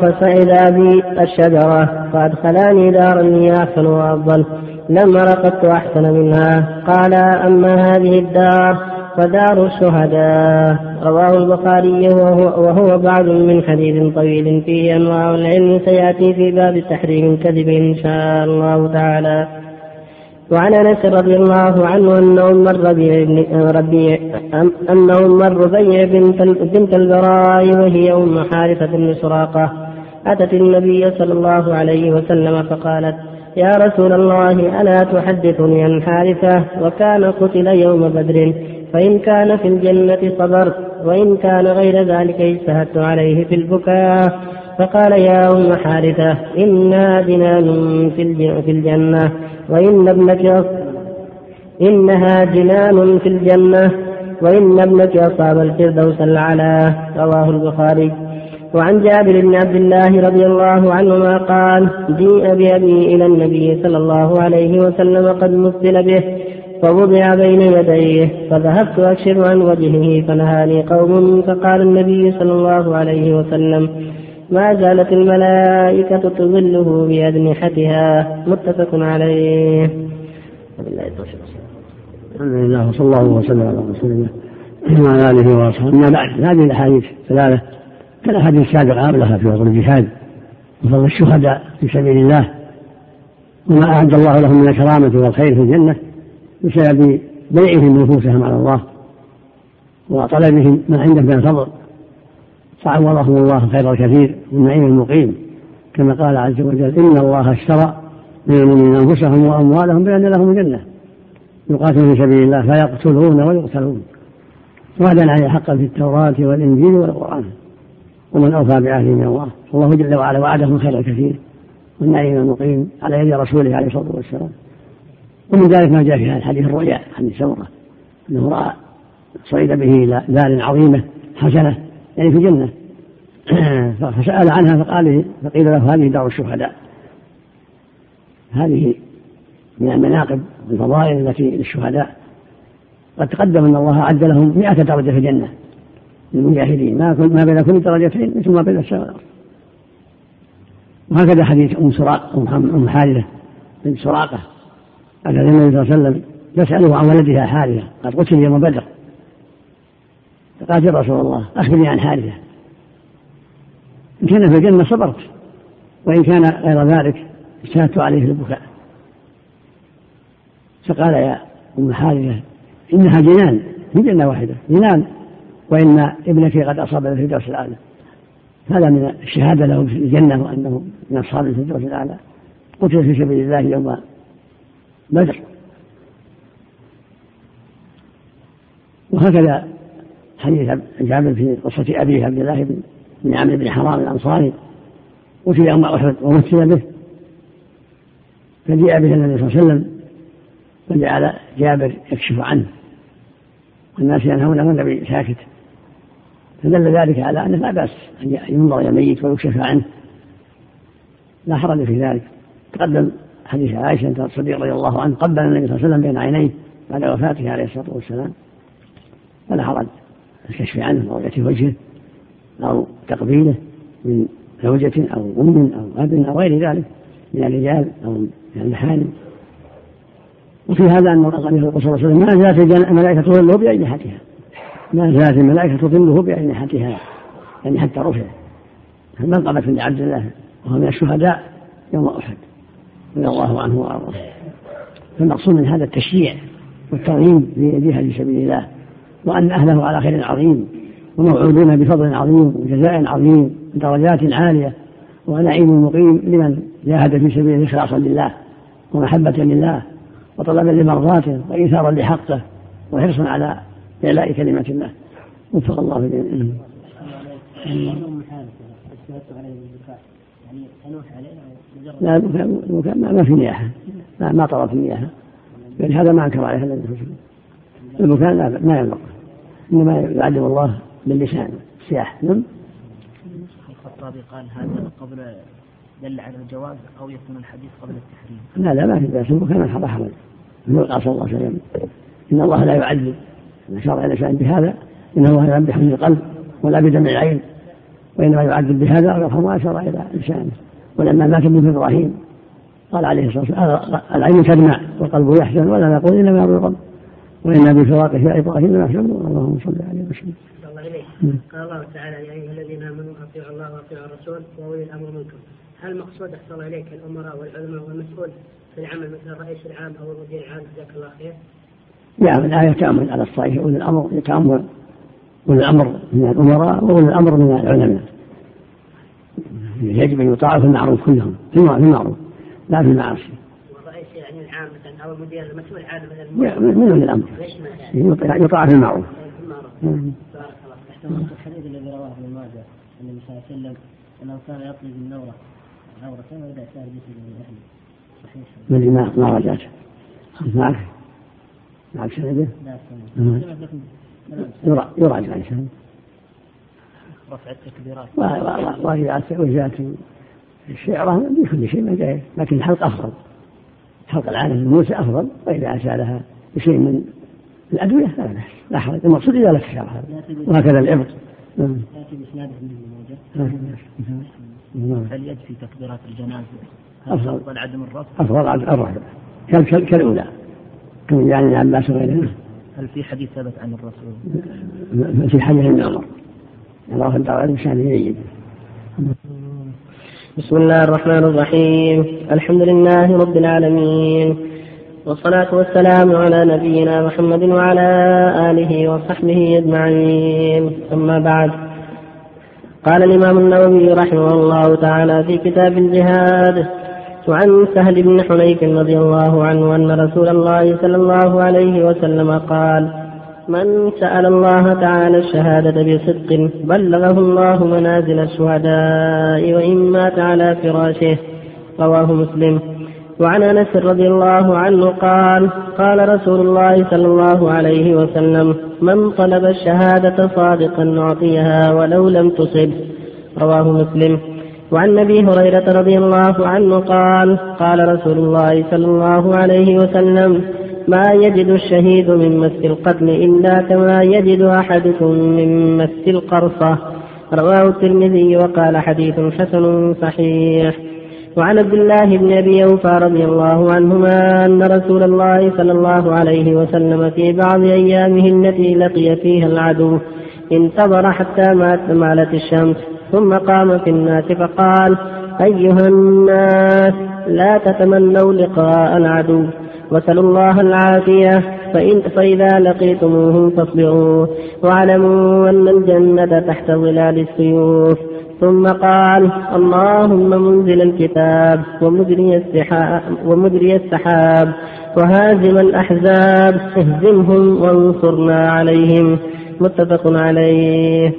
الشجرة فأدخلاني دارا هي أحسن وأفضل لم أر قط أحسن منها. قال: أما هذه الدار فدار الشهداء. رواه البخاري وهو بعض من حديث طويل فيه أنواع العلم سيأتي في باب تحريم الكذب إن شاء الله تعالى. وعن أنس رضي الله عنه أنه مر ربيع بنت البراء وهي أم حارثة بن سراقة أتت النبي صلى الله عليه وسلم فقالت: يا رسول الله، ألا تحدثني عن حارثة وكان قتل يوم بدر، فإن كان في الجنة صبرت وإن كان غير ذلك اجتهدت عليه في البكاء. فقال: يا أم حارثة، إنها جنان في الجنة إنها جنان في الجنة وإن ابنك أصاب الفردوس الأعلى. رواه البخاري. وعن جابر بن عبد الله رضي الله عنهما قال: جيء بأبي إلى النبي صلى الله عليه وسلم قد مثل به فوضع بين يديه فذهبت أكشف عن وجهه فنهاني قوم، فقال النبي صلى الله عليه وسلم: ما زالت الملائكة تظله بأجنحتها. متفق عليه. الحمد لله وصلى الله وسلم على رسول الله وعلى آله وأصحابه. أما بعد، هذه الأحاديث ثلاثة كالأحاديث السابقة قبلها في فضل الجهاد وفضل الشهداء في سبيل الله وما أعد الله لهم من الكرامة والخير في الجنة بسبب بيعهم نفوسهم على الله وطلبهم ما عنده من الفضل، فعوضهم الله خير الكثير والنعيم المقيم، كما قال عز وجل: إن الله اشترى من المؤمنين أنفسهم وأموالهم بأن لهم الجنة يقاتلون في سبيل الله فيقتلون ويقتلون وعدا عليه حقا في التوراة والإنجيل والقرآن، ومن أوفى بعهده من الله. الله جل وعلا وعدهم خير الكثير والنعيم المقيم على يد رسوله عليه الصلاة والسلام. ومن ذلك ما جاء في الحديث الرؤيا عن سمرة أنه رأى صعد به إلى دار عظيمة حسنة يعني في الجنة فسأل عنها فقيل له: هذه دار الشهداء. هذه من المناقب والفضائل التي للشهداء. قد تقدم أن الله أعد لهم 100 درجة في الجنة للمجاهدين، ما بين كل درجتين مثل ما بين السماء والأرض. وهكذا حديث أم حارثة بنت سراقة أتت النبي صلى الله عليه وسلم تسأله عن ولدها حارثة قد قتل يوم بدر، فقالت: يا رسول الله، أخبرني عن حارثة، إن كان في الجنة صبرت وإن كان غير ذلك اجتهدت عليه في البكاء. فقال: يا أم حارثة، إنها جنان في جنة واحدة، جنان وإن ابنك قد أصاب الفردوس الأعلى. هذا من الشهادة له في الجنة وأنه من أصحاب الفردوس الأعلى، قتل في سبيل الله يوم بدر. وهكذا حديث جابر في قصة أبيه عبد الله بن عمرو بن حرام الأنصاري قتل يوم أحد ومثل به، فجاء به النبي صلى الله عليه وسلم فجعل جابر يكشف عنه والناس ينهونه والنبي ساكت، فدل ذلك على أنه لا بأس أن ينظر إلى الميت ويكشف عنه، لا حرج في ذلك. تقدم حديث عائشة الصديق رضي الله عنه قبل النبي صلى الله عليه وسلم بين عينيه بعد وفاته عليه الصلاة والسلام، فلا حرج الكشف عنه أو رؤية وجهه أو تقبيله من زوجة أو أم أو أب أو غير ذلك من الرجال أو من المحارم. وفي هذا أن الرسول صلى الله عليه وسلم ما زالت الملائكة تظله بأجنحتها، ما زالت الملائكة تظله بأجنحتها يعني حتى رفع المنقبة لعبد الله وهو من الشهداء يوم أحد رضي الله عنه وأرضاه. فالمقصود من هذا التشجيع والترغيب للجهاد في سبيل الله، وأن أهله على خير عظيم وموعودون بفضل عظيم وجزاء عظيم ودرجات عالية ونعيم مقيم لمن جاهد في سبيله إخلاصا لله ومحبة لله وطلبا لمرضاته وإيثارا لحقه وحرصا على إعلاء كلمة الله. وفق الله جميعا. يعني تنوح عليه لا المكان ما في نياحة، ما طلب النياحة، يعني هذا ما أنكر عليه النبي صلى الله عليه وسلم. المكان لا ما ينبغي، إنما يعلم الله باللسان السياح. الخطابي قال هذا قبل دل على الجواز أو يكون الحديث قبل التحريم. لا ما في بأس، المكان هذا حرج. قال صلى الله عليه وسلم إن الله لا يعذب إن شرع الإنسان بهذا، إن الله لا يعذب بحزن القلب ولا بدمع العين، وإنما يعذب بهذا ويرحم ما شرع إلى لسانه. ولما مات ابن إبراهيم قال عليه الصلاة والسلام العين تدمع والقلب يحزن ولا نقول إلا ما يرضي القلب وإن بفراقه يا إبراهيم يحزن. اللهم صل عليه وسلم. قال الله تعالى يا أيها الذين آمنوا أطيعوا الله وأطيعوا الرسول وأولي الأمر منكم. هل المقصود أحصل إليك الأمراء والعلماء والمسؤول في العمل مثل الرئيس العام أو المدير العام جزاك الله خير؟ نعم الآية تأمل على الصحيح، أولي الأمر يتأمل أولي الأمر من الأمراء وأولي الأمر من العلماء، يجب أن يطاع في المعروف كلهم في المعروف لا في المعاصي. والرئيس يعني العام مثلا أو المدير المسؤول عام من أولي الأمر يطاع في المعروف. بارك الله. الحديث الذي رواه ابن ماجه أن النبي صلى الله عليه وسلم أنه كان يطلب النورة عورة ويدع سائر جسده من أهله. صحيح. من ما رجعت معك سنده؟ يراجع الإنسان. رفع التكبيرات. وجاءت الشعرة بكل شيء ما جاء، لكن الحلق أفضل. حلق العانة من موسى أفضل، وإذا أسالها بشيء من الأدوية لا بأس لا حرج، المقصود إذا لك الشعر هذا وهكذا الإبط. يأتي بإسناده من الموجة. هل يد في تكبيرات الجنازة أفضل عدم الرفع؟ أفضل عدم الرفع كالأولى يعني ابن عباس وغيره. هل في حديث ثبت عن الرسول؟ في حديث ابن عمر الله الدعوة بشأنه جيد. بسم الله الرحمن الرحيم. الحمد لله رب العالمين، والصلاة والسلام على نبينا محمد وعلى آله وصحبه أجمعين. أما بعد، قال الإمام النووي رحمه الله تعالى في كتاب الجهاد: وعن سهل بن حنيف رضي الله عنه أن رسول الله صلى الله عليه وسلم قال: من سأل الله تعالى الشهادة بصدق بلغه الله منازل الشهداء وإن مات على فراشه. رواه مسلم. وعن أنس رضي الله عنه قال: قال رسول الله صلى الله عليه وسلم: من طلب الشهادة صادقا نعطيها ولو لم تصب. رواه مسلم. وعن أبي هريرة رضي الله عنه قال: قال رسول الله صلى الله عليه وسلم: ما يجد الشهيد من مس القتل إلا كما يجد أحدكم من مس القرصة. رواه الترمذي وقال حديث حسن صحيح. وعن عبد الله بن أبي أوفى رضي الله عنهما أن رسول الله صلى الله عليه وسلم في بعض أيامه التي لقي فيها العدو انتظر حتى مالت الشمس ثم قام في الناس فقال: أيها الناس لا تتمنوا لقاء العدو وسلوا الله العافية فإذا لقيتموهم فاصبروا واعلموا أن الجنة تحت ظلال السيوف. ثم قال: اللهم منزل الكتاب ومجري السحاب وهازم الأحزاب اهزمهم وانصرنا عليهم. متفق عليه.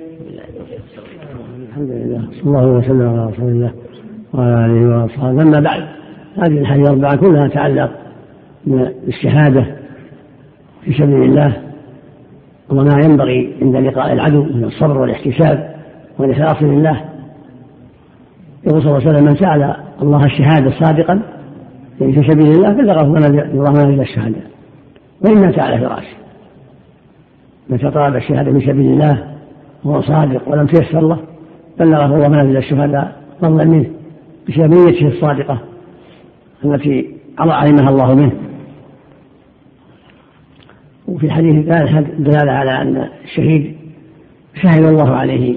الحمد لله صلى الله وسلم على رسول الله وعلى آله وصحبه. أما بعد، هذه الحديث الأربعة كلها تتعلق بالشهادة في سبيل الله وما ينبغي عند لقاء العدو من الصبر والاحتساب والإخلاص لله. يقول صلى الله عليه وسلم: من سأل الله الشهادة صادقا في سبيل الله بلغه الله منازل الشهادة وإن مات على فراشه. متى طلب الشهادة في سبيل الله وهو صادق ولم تيسر له بلغه الله منازل الشهداء فضلا منه بسبب نيته الصادقة التي علمها الله منه. وفي الحديث ثالث دلالة على أن الشهيد شهد الله عليه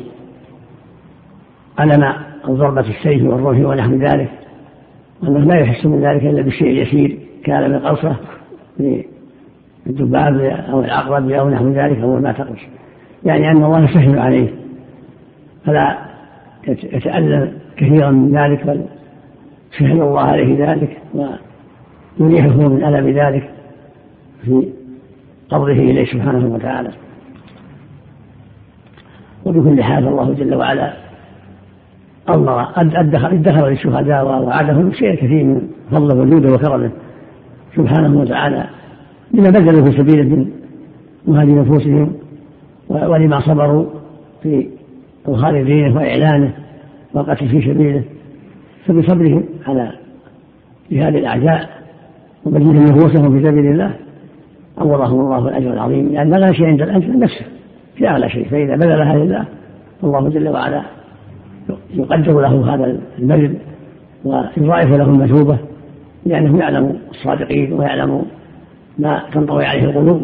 على ضربة السيف والروح ونحو ذلك، وأنه لا يحس من ذلك إلا بالشيء اليسير كان من قرصة الذباب أو العقرب أو نحو ذلك أو ما تقص، يعني أن الله يسهل عليه فلا يتألم كثيرا من ذلك، بل سهل الله عليه ذلك ويريحه من ألم ذلك في قبضه إليه سبحانه وتعالى. وبكل حال الله جل وعلا أمر ادخر للشهداء ووعدهم شيء كثير من فضله وجوده وكرمه سبحانه وتعالى لما بذلوا في سبيله من مهاجر نفوسهم ولما صبروا في إظهار دينه وإعلانه والقتل في سبيله، فبصبرهم على جهاد الأعداء وبذلهم نفوسهم في سبيل الله أورثهم الله الأجر العظيم، لأن لا شيء عند الأنفس نفسه في أعلى شيء، فإذا بذلها لله الله جل وعلا يقدر له هذا البذل ويضاعف له المثوبة، لأنه يعلم الصادقين ويعلم ما تنطوي عليه القلوب.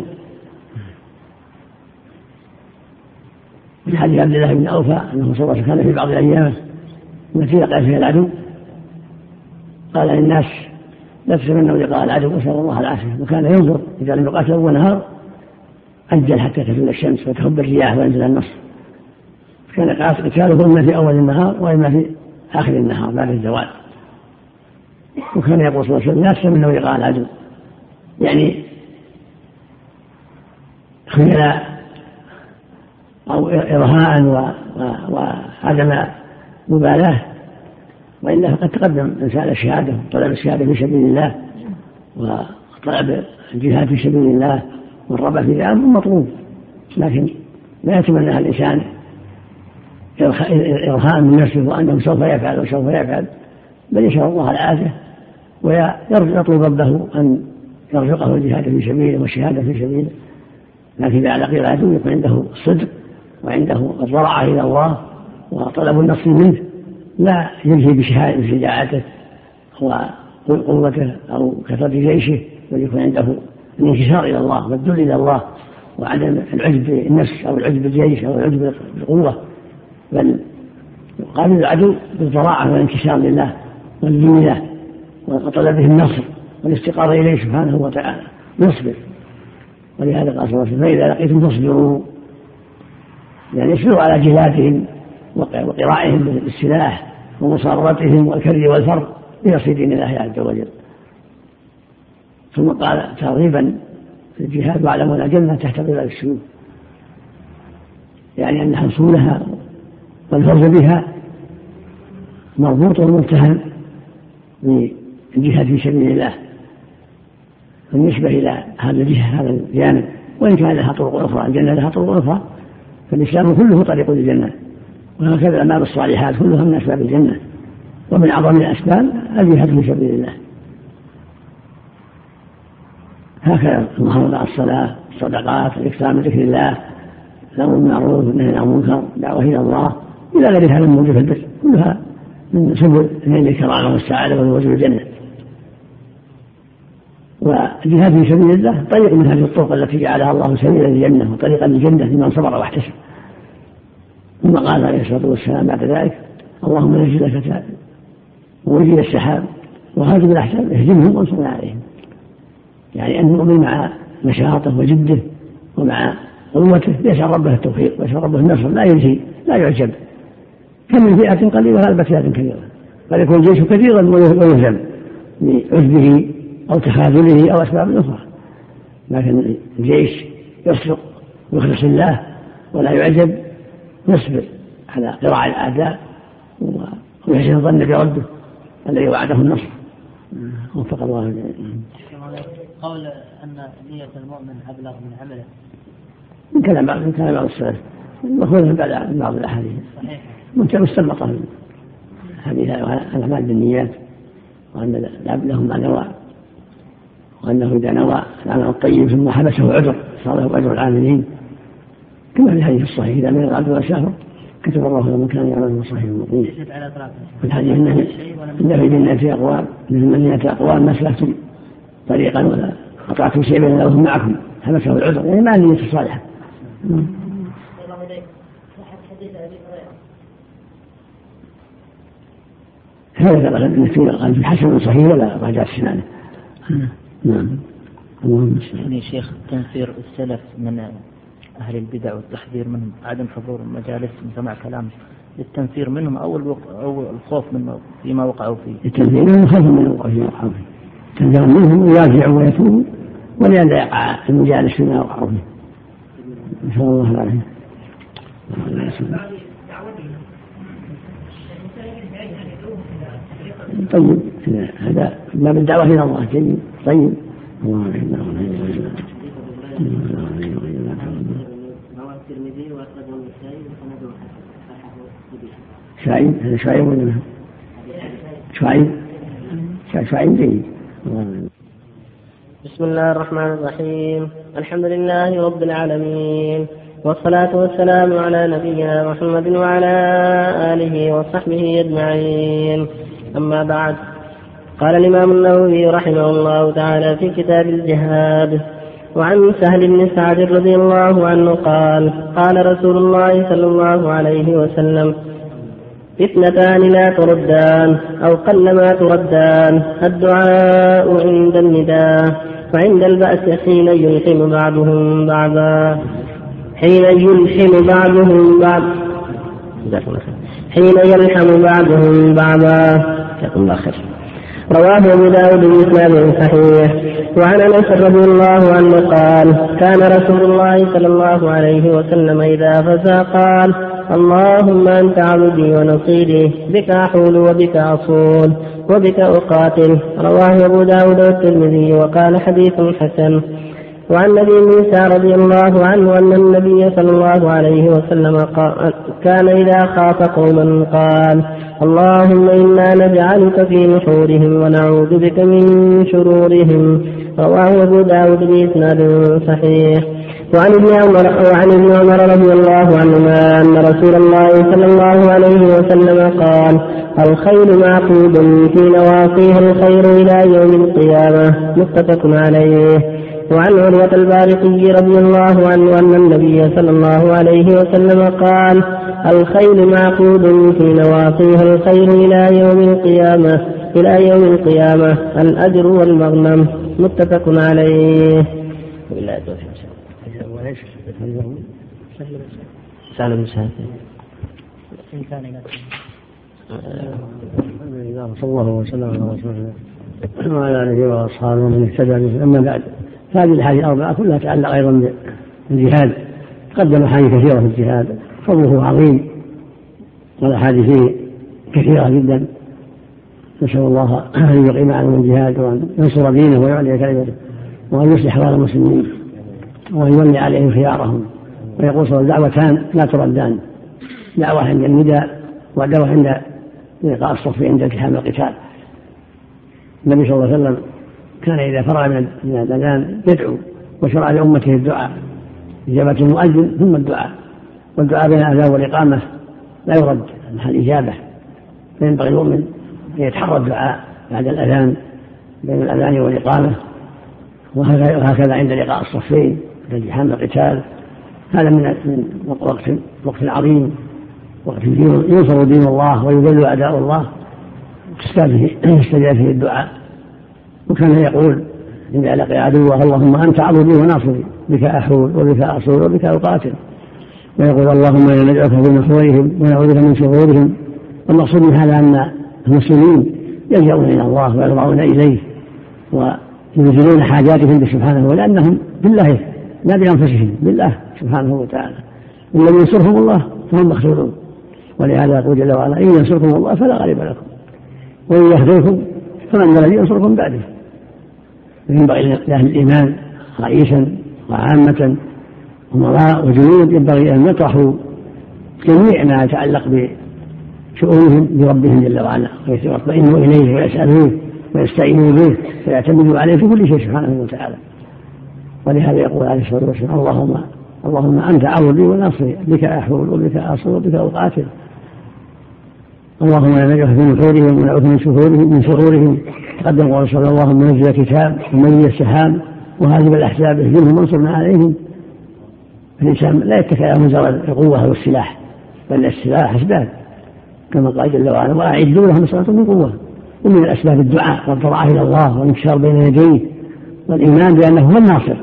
من حديث عبد الله بن أوفى أنه صلى الله عليه وسلم كان في بعض الأيام التي لقى فيها العدو قال للناس لا تتمنوا لقاء العدو واسأل الله العافية، وكان ينظر إذا لم يقاتل أول نهار أجل حتى تزول الشمس وتهب الرياح وينزل النصر، كان قتاله إما في أول النهار وإما في آخر النهار بعد الزوال. وكان يقول صلى الله عليه وسلم لا تتمنوا لقاء العدو، يعني خيلاء أو إرهاء وعدم مبالاة، وإلا فقد تقدم إنسان الشهادة طلب الشهادة في سبيل الله وطلب الجهاد في سبيل الله والرغبة في ذلك مطلوب، لكن لا يتمنى الإنسان إرهاء من نفسه وأنه سوف يفعل وسوف يفعل، بل يسأل الله العافية ويطلب ربه أن يرزقه الجهاد في سبيله والشهادة في سبيله. لكن إذا لقي العدو يكون عنده الصدق وعنده الضرعة إلى الله وطلب النصر منه، لا يلهي بشجاعته وقوته أو كثرة جيشه، بل يكون عنده الانكسار إلى الله والذل إلى الله وعدم العجب بالنفس أو العجب بالجيش أو العجب بالقوة، بل يقابل العدو بالضراعة والانكسار لله والذل له وطلبه النصر والاستقرار إليه سبحانه وتعالى يصبر. ولهذا قال صلى الله عليه وسلم فإذا لقيتم فاصبروا، يعني يصبروا على جهادهم وقراءهم بالسلاح ومصاررتهم والكر والفر لنصر دين الله عز وجل. ثم قال ترغيبا في الجهاد واعلموا أن الجنة تحت ظلال السيوف، يعني أن حصولها والفوز بها مربوط ومتهم بالجهاد في سبيل الله. بالنسبة إلى هذا الجانب وإن كان لها طرق أخرى، الجنة لها طرق أخرى، فالإسلام كله طريق للجنة، وهكذا الأعمال الصالحات كلها من أسباب الجنة، ومن أعظم الأسباب الجهاد في سبيل الله. هكذا المحافظة على الصلاة، الصدقات، الإكثار من ذكر الله، الأمر بالمعروف والنهي عن المنكر، الدعوة إلى الله، إلى غير هذا الموجود في البر، كلها من سبل نيل الكرامة والسعادة والوجه الجنة. والجهاد في سبيل الله طريق من هذه الطرق التي جعلها الله سبيلا للجنة وطريقا للجنة لمن صبر واحتسب. ثم قال عليه الصلاة والسلام بعد ذلك اللهم نزل الكتاب ووجد السحاب وهاجم الأحزاب اهزمهم وانصرنا عليهم، يعني أن المؤمن مع نشاطه وجده ومع قوته يسأل ربه التوفيق ويسأل ربه النصر، لا يلهي لا يعجب، كم من فئة قليلة غلبت فئة كثيرة، بل يكون الجيش كثيرا ويهزم بعجبه أو تخاذله أو أسباب أخرى، لكن الجيش يصدق ويخلص الله ولا يعجب، يصبر على قراع الأعداء ويحسن الظن بربه الذي وعده النصر. وفق الله. قول أن نية المؤمن أبلغ من عمله من كلام بعض السلف وخذ من بعض الأحاديث مستنبطة من حديث الأعمال بالنيات، وأن العبد له ما نوى، وأنه إذا نوى العمل الطيب ثم حبسه عذر صار له أجر العاملين، كما في الحديث الصحيح إذا من العبد والشهر كتب الله له من كان يعمل من صحيح المقيم. في الحديث إن في جنة أقوام من أقوام ما سلكتم طريقا ولا قطعتم شيئا لهم معكم حبسه العذر، يعني ما النية الصالحة. هذا قال في حسن صحيح ولا رجع السنانة. نعم. يعني شيخ تنفير السلف من أهل البدع والتحذير منهم، عدم حضور المجالس وسماع كلام للتنفير منهم أو الخوف من فيما وقعوا فيه. التنفير منهم خوف من وقعوا فيه، تنفير منهم يراجعوا ويتوبوا ولئلا يقع المجالس فيما وقعوا فيه. إن شاء الله العافية. طيب هذا ما بالدعوة إلى الله جيد طيب. الله شعيب هذا شعيب ولا شعيب جيد. بسم الله الرحمن الرحيم. الحمد لله رب العالمين، والصلاة والسلام على نبينا محمد وعلى آله وصحبه أجمعين. أما بعد، قال الإمام النووي رحمه الله تعالى في كتاب الجهاد: وعن سهل بن سعد رضي الله عنه قال: قال رسول الله صلى الله عليه وسلم: اثنتان لا تردان أو قلما تردان: الدعاء عند النداء، وعند البأس حين يلحم بعضهم بعضا حين يلحم بعضهم بعضا. رواه أبو داود بإسناد صحيح. وعن أنس رضي الله عنه قال: كان رسول الله صلى الله عليه وسلم إذا فزع قال: اللهم أنت عبدي ونصيري، بك أحول وبك أصول وبك أقاتل. رواه أبو داود والترمذي وقال حديث حسن. وعن أبي موسى رضي الله عنه أن النبي صلى الله عليه وسلم كان إذا خاف قوما قال: اللهم إنا نجعلك في نحورهم ونعوذ بك من شرورهم. رواه أبو داود بإسناد صحيح. وعن ابن عمر رضي الله عنهما أن رسول الله صلى الله عليه وسلم قال: الخيل معقود في نواصيها الخير إلى يوم القيامة. متفق عليه. وعن عروة البارقي رضي الله عنه أن النبي صلى الله عليه وسلم قال: الخيل معقود في نواصيها الخير إلى يوم القيامة الأجر والمغنم. متفق عليه. سهل بن سعد. صلى الله وسلم على رسول الله وعلى آله وأصحابه ومن اهتدى به. أما بعد، هذه الأحاديث الأربعة كلها تتعلق أيضا بالجهاد. قدم أحاديث كثيرة في الجهاد، فضله عظيم، والأحاديث فيه كثيرة جدا. نسأل الله أن يقيم عليهم الجهاد، وأن ينصر دينه ويعلي كلمته، وأن يصلح أحوال المسلمين، وأن يولي عليهم خيارهم، ويقول صلى الله عليه وسلم: دعوتان لا تردان: دعوة عند النداء، ودعوة عند لقاء الصف عند التحام القتال. النبي صلى الله عليه وسلم كان إذا فرغ من الأذان يدعو، وشرع لأمته الدعاء: إجابة المؤذن ثم الدعاء. والدعاء بين الأذان والإقامة لا يرد محل إجابة، فينبغي المؤمن أن يتحرى الدعاء بعد الأذان بين الأذان والإقامة، وهكذا عند لقاء الصفين عند التحام القتال. هذا من وقت عظيم، وقت ينصر دين الله ويذل أعداء الله، يستجاب فيه الدعاء. وكان يقول إذا لقي عدوه: اللهم أنت عضدي وناصري، بك أحول وبك أصول وبك أقاتل. ويقول: اللهم إنا نجعلك في نحورهم ونعوذ بك من شرورهم. والمقصود من هذا أن المسلمين يلجؤون إلى الله ويرضعون إليه وينزلون حاجاتهم سبحانه، ولأنهم بالله لا بأنفسهم، بالله سبحانه وتعالى. والذي ينصرهم الله فهم مخذولون. ولهذا يقول جل وعلا: إن ينصركم الله فلا غالب لكم، وإن يخذلكم فمن الذي ينصركم بعده. ينبغي لأهل الإيمان رئيسا وعامة ومراء وجنود ينبغي أن يطرحوا جميع ما يتعلق بشؤونهم بربهم جل وعلا، ويطمئنوا إليه ويسألوه ويستعينوا به ويعتمدوا عليه في كل شيء سبحانه وتعالى. ولهذا يقول عليه الصلاة والسلام: اللهم أنت عضدي وناصري، بك أحول وبك أصول وبك أقاتل. اللهم لا نجعل في نحورهم ونعوذ من شرورهم. تقدم قول صلى الله: اللهم نزل كتاب ومن السحاب وهذب الأحزاب اهزمهم وانصرنا عليهم. الإنسان لا يتكل على مجرد القوة والسلاح، بل السلاح أسباب، كما قال جل وعلا: وأعدوا لهم ما استطعتم من قوة. ومن الأسباب الدعاء والضراعة إلى الله والانكسار بين يديه، والإيمان بأنه هو الناصر،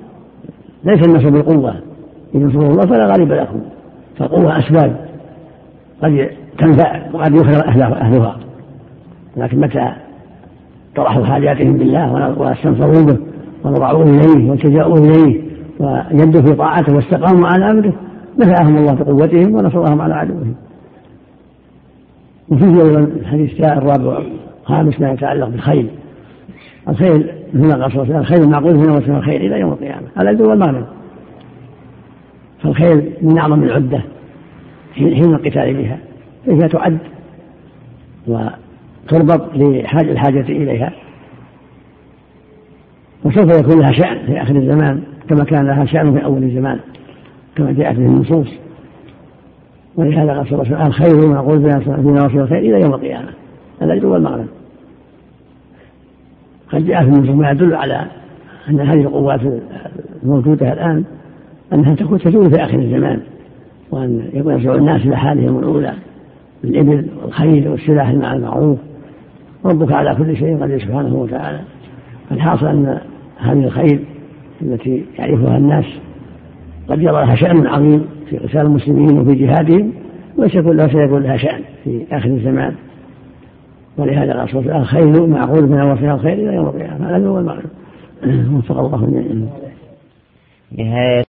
ليس النصر بالقوة. إن ينصروا الله فلا غالب لكم. فالقوة أسباب قد تنفع وقد يخرج أهلها، لكن متى طرحوا حاجاتهم بالله واستنصروا به ونضعوا إليه والتجاؤوا إليه ويدوا في طاعته واستقاموا على أمره، نفعهم الله بقوتهم ونصرهم على عدوهم. وفيه أيضا الحديث الرابع خامس ما يتعلق بالخيل. الخيل مثل ما قال الخيل معقول هنا وسنة الخيل إلى يوم القيامة، هذا الدول والمغرب. فالخيل من أعظم العدة حين القتال بها، فهي تعد وتربط الحاجة إليها، وسوف يكون لها شأن في آخر الزمان كما كان لها شأن في أول الزمان كما جاءت به النصوص. ولهذا قال صلى الله عليه وسلم الخير معقول في نواصي الخير إلى يوم القيامة، هذا الدول والمغرب. قد جاء في النصوص ما يدل على أن هذه القوات الموجودة الآن أنها تكون تزول في آخر الزمان، وأن يكون يرجع الناس إلى حالهم الأولى بالإبل والخيل والسلاح مع المعروف. ربك على كل شيء قدير سبحانه وتعالى. فالحاصل أن هذه الخيل التي يعرفها الناس قد يرى لها شأن عظيم في قتال المسلمين وفي جهادهم، وسيكون لها شأن في آخر الزمان. ولهذا قال صلى الله عليه وسلم الخيل معقول من نواصيها الخير إلى يوم القيامة، هذا هو المعنى. وفق الله.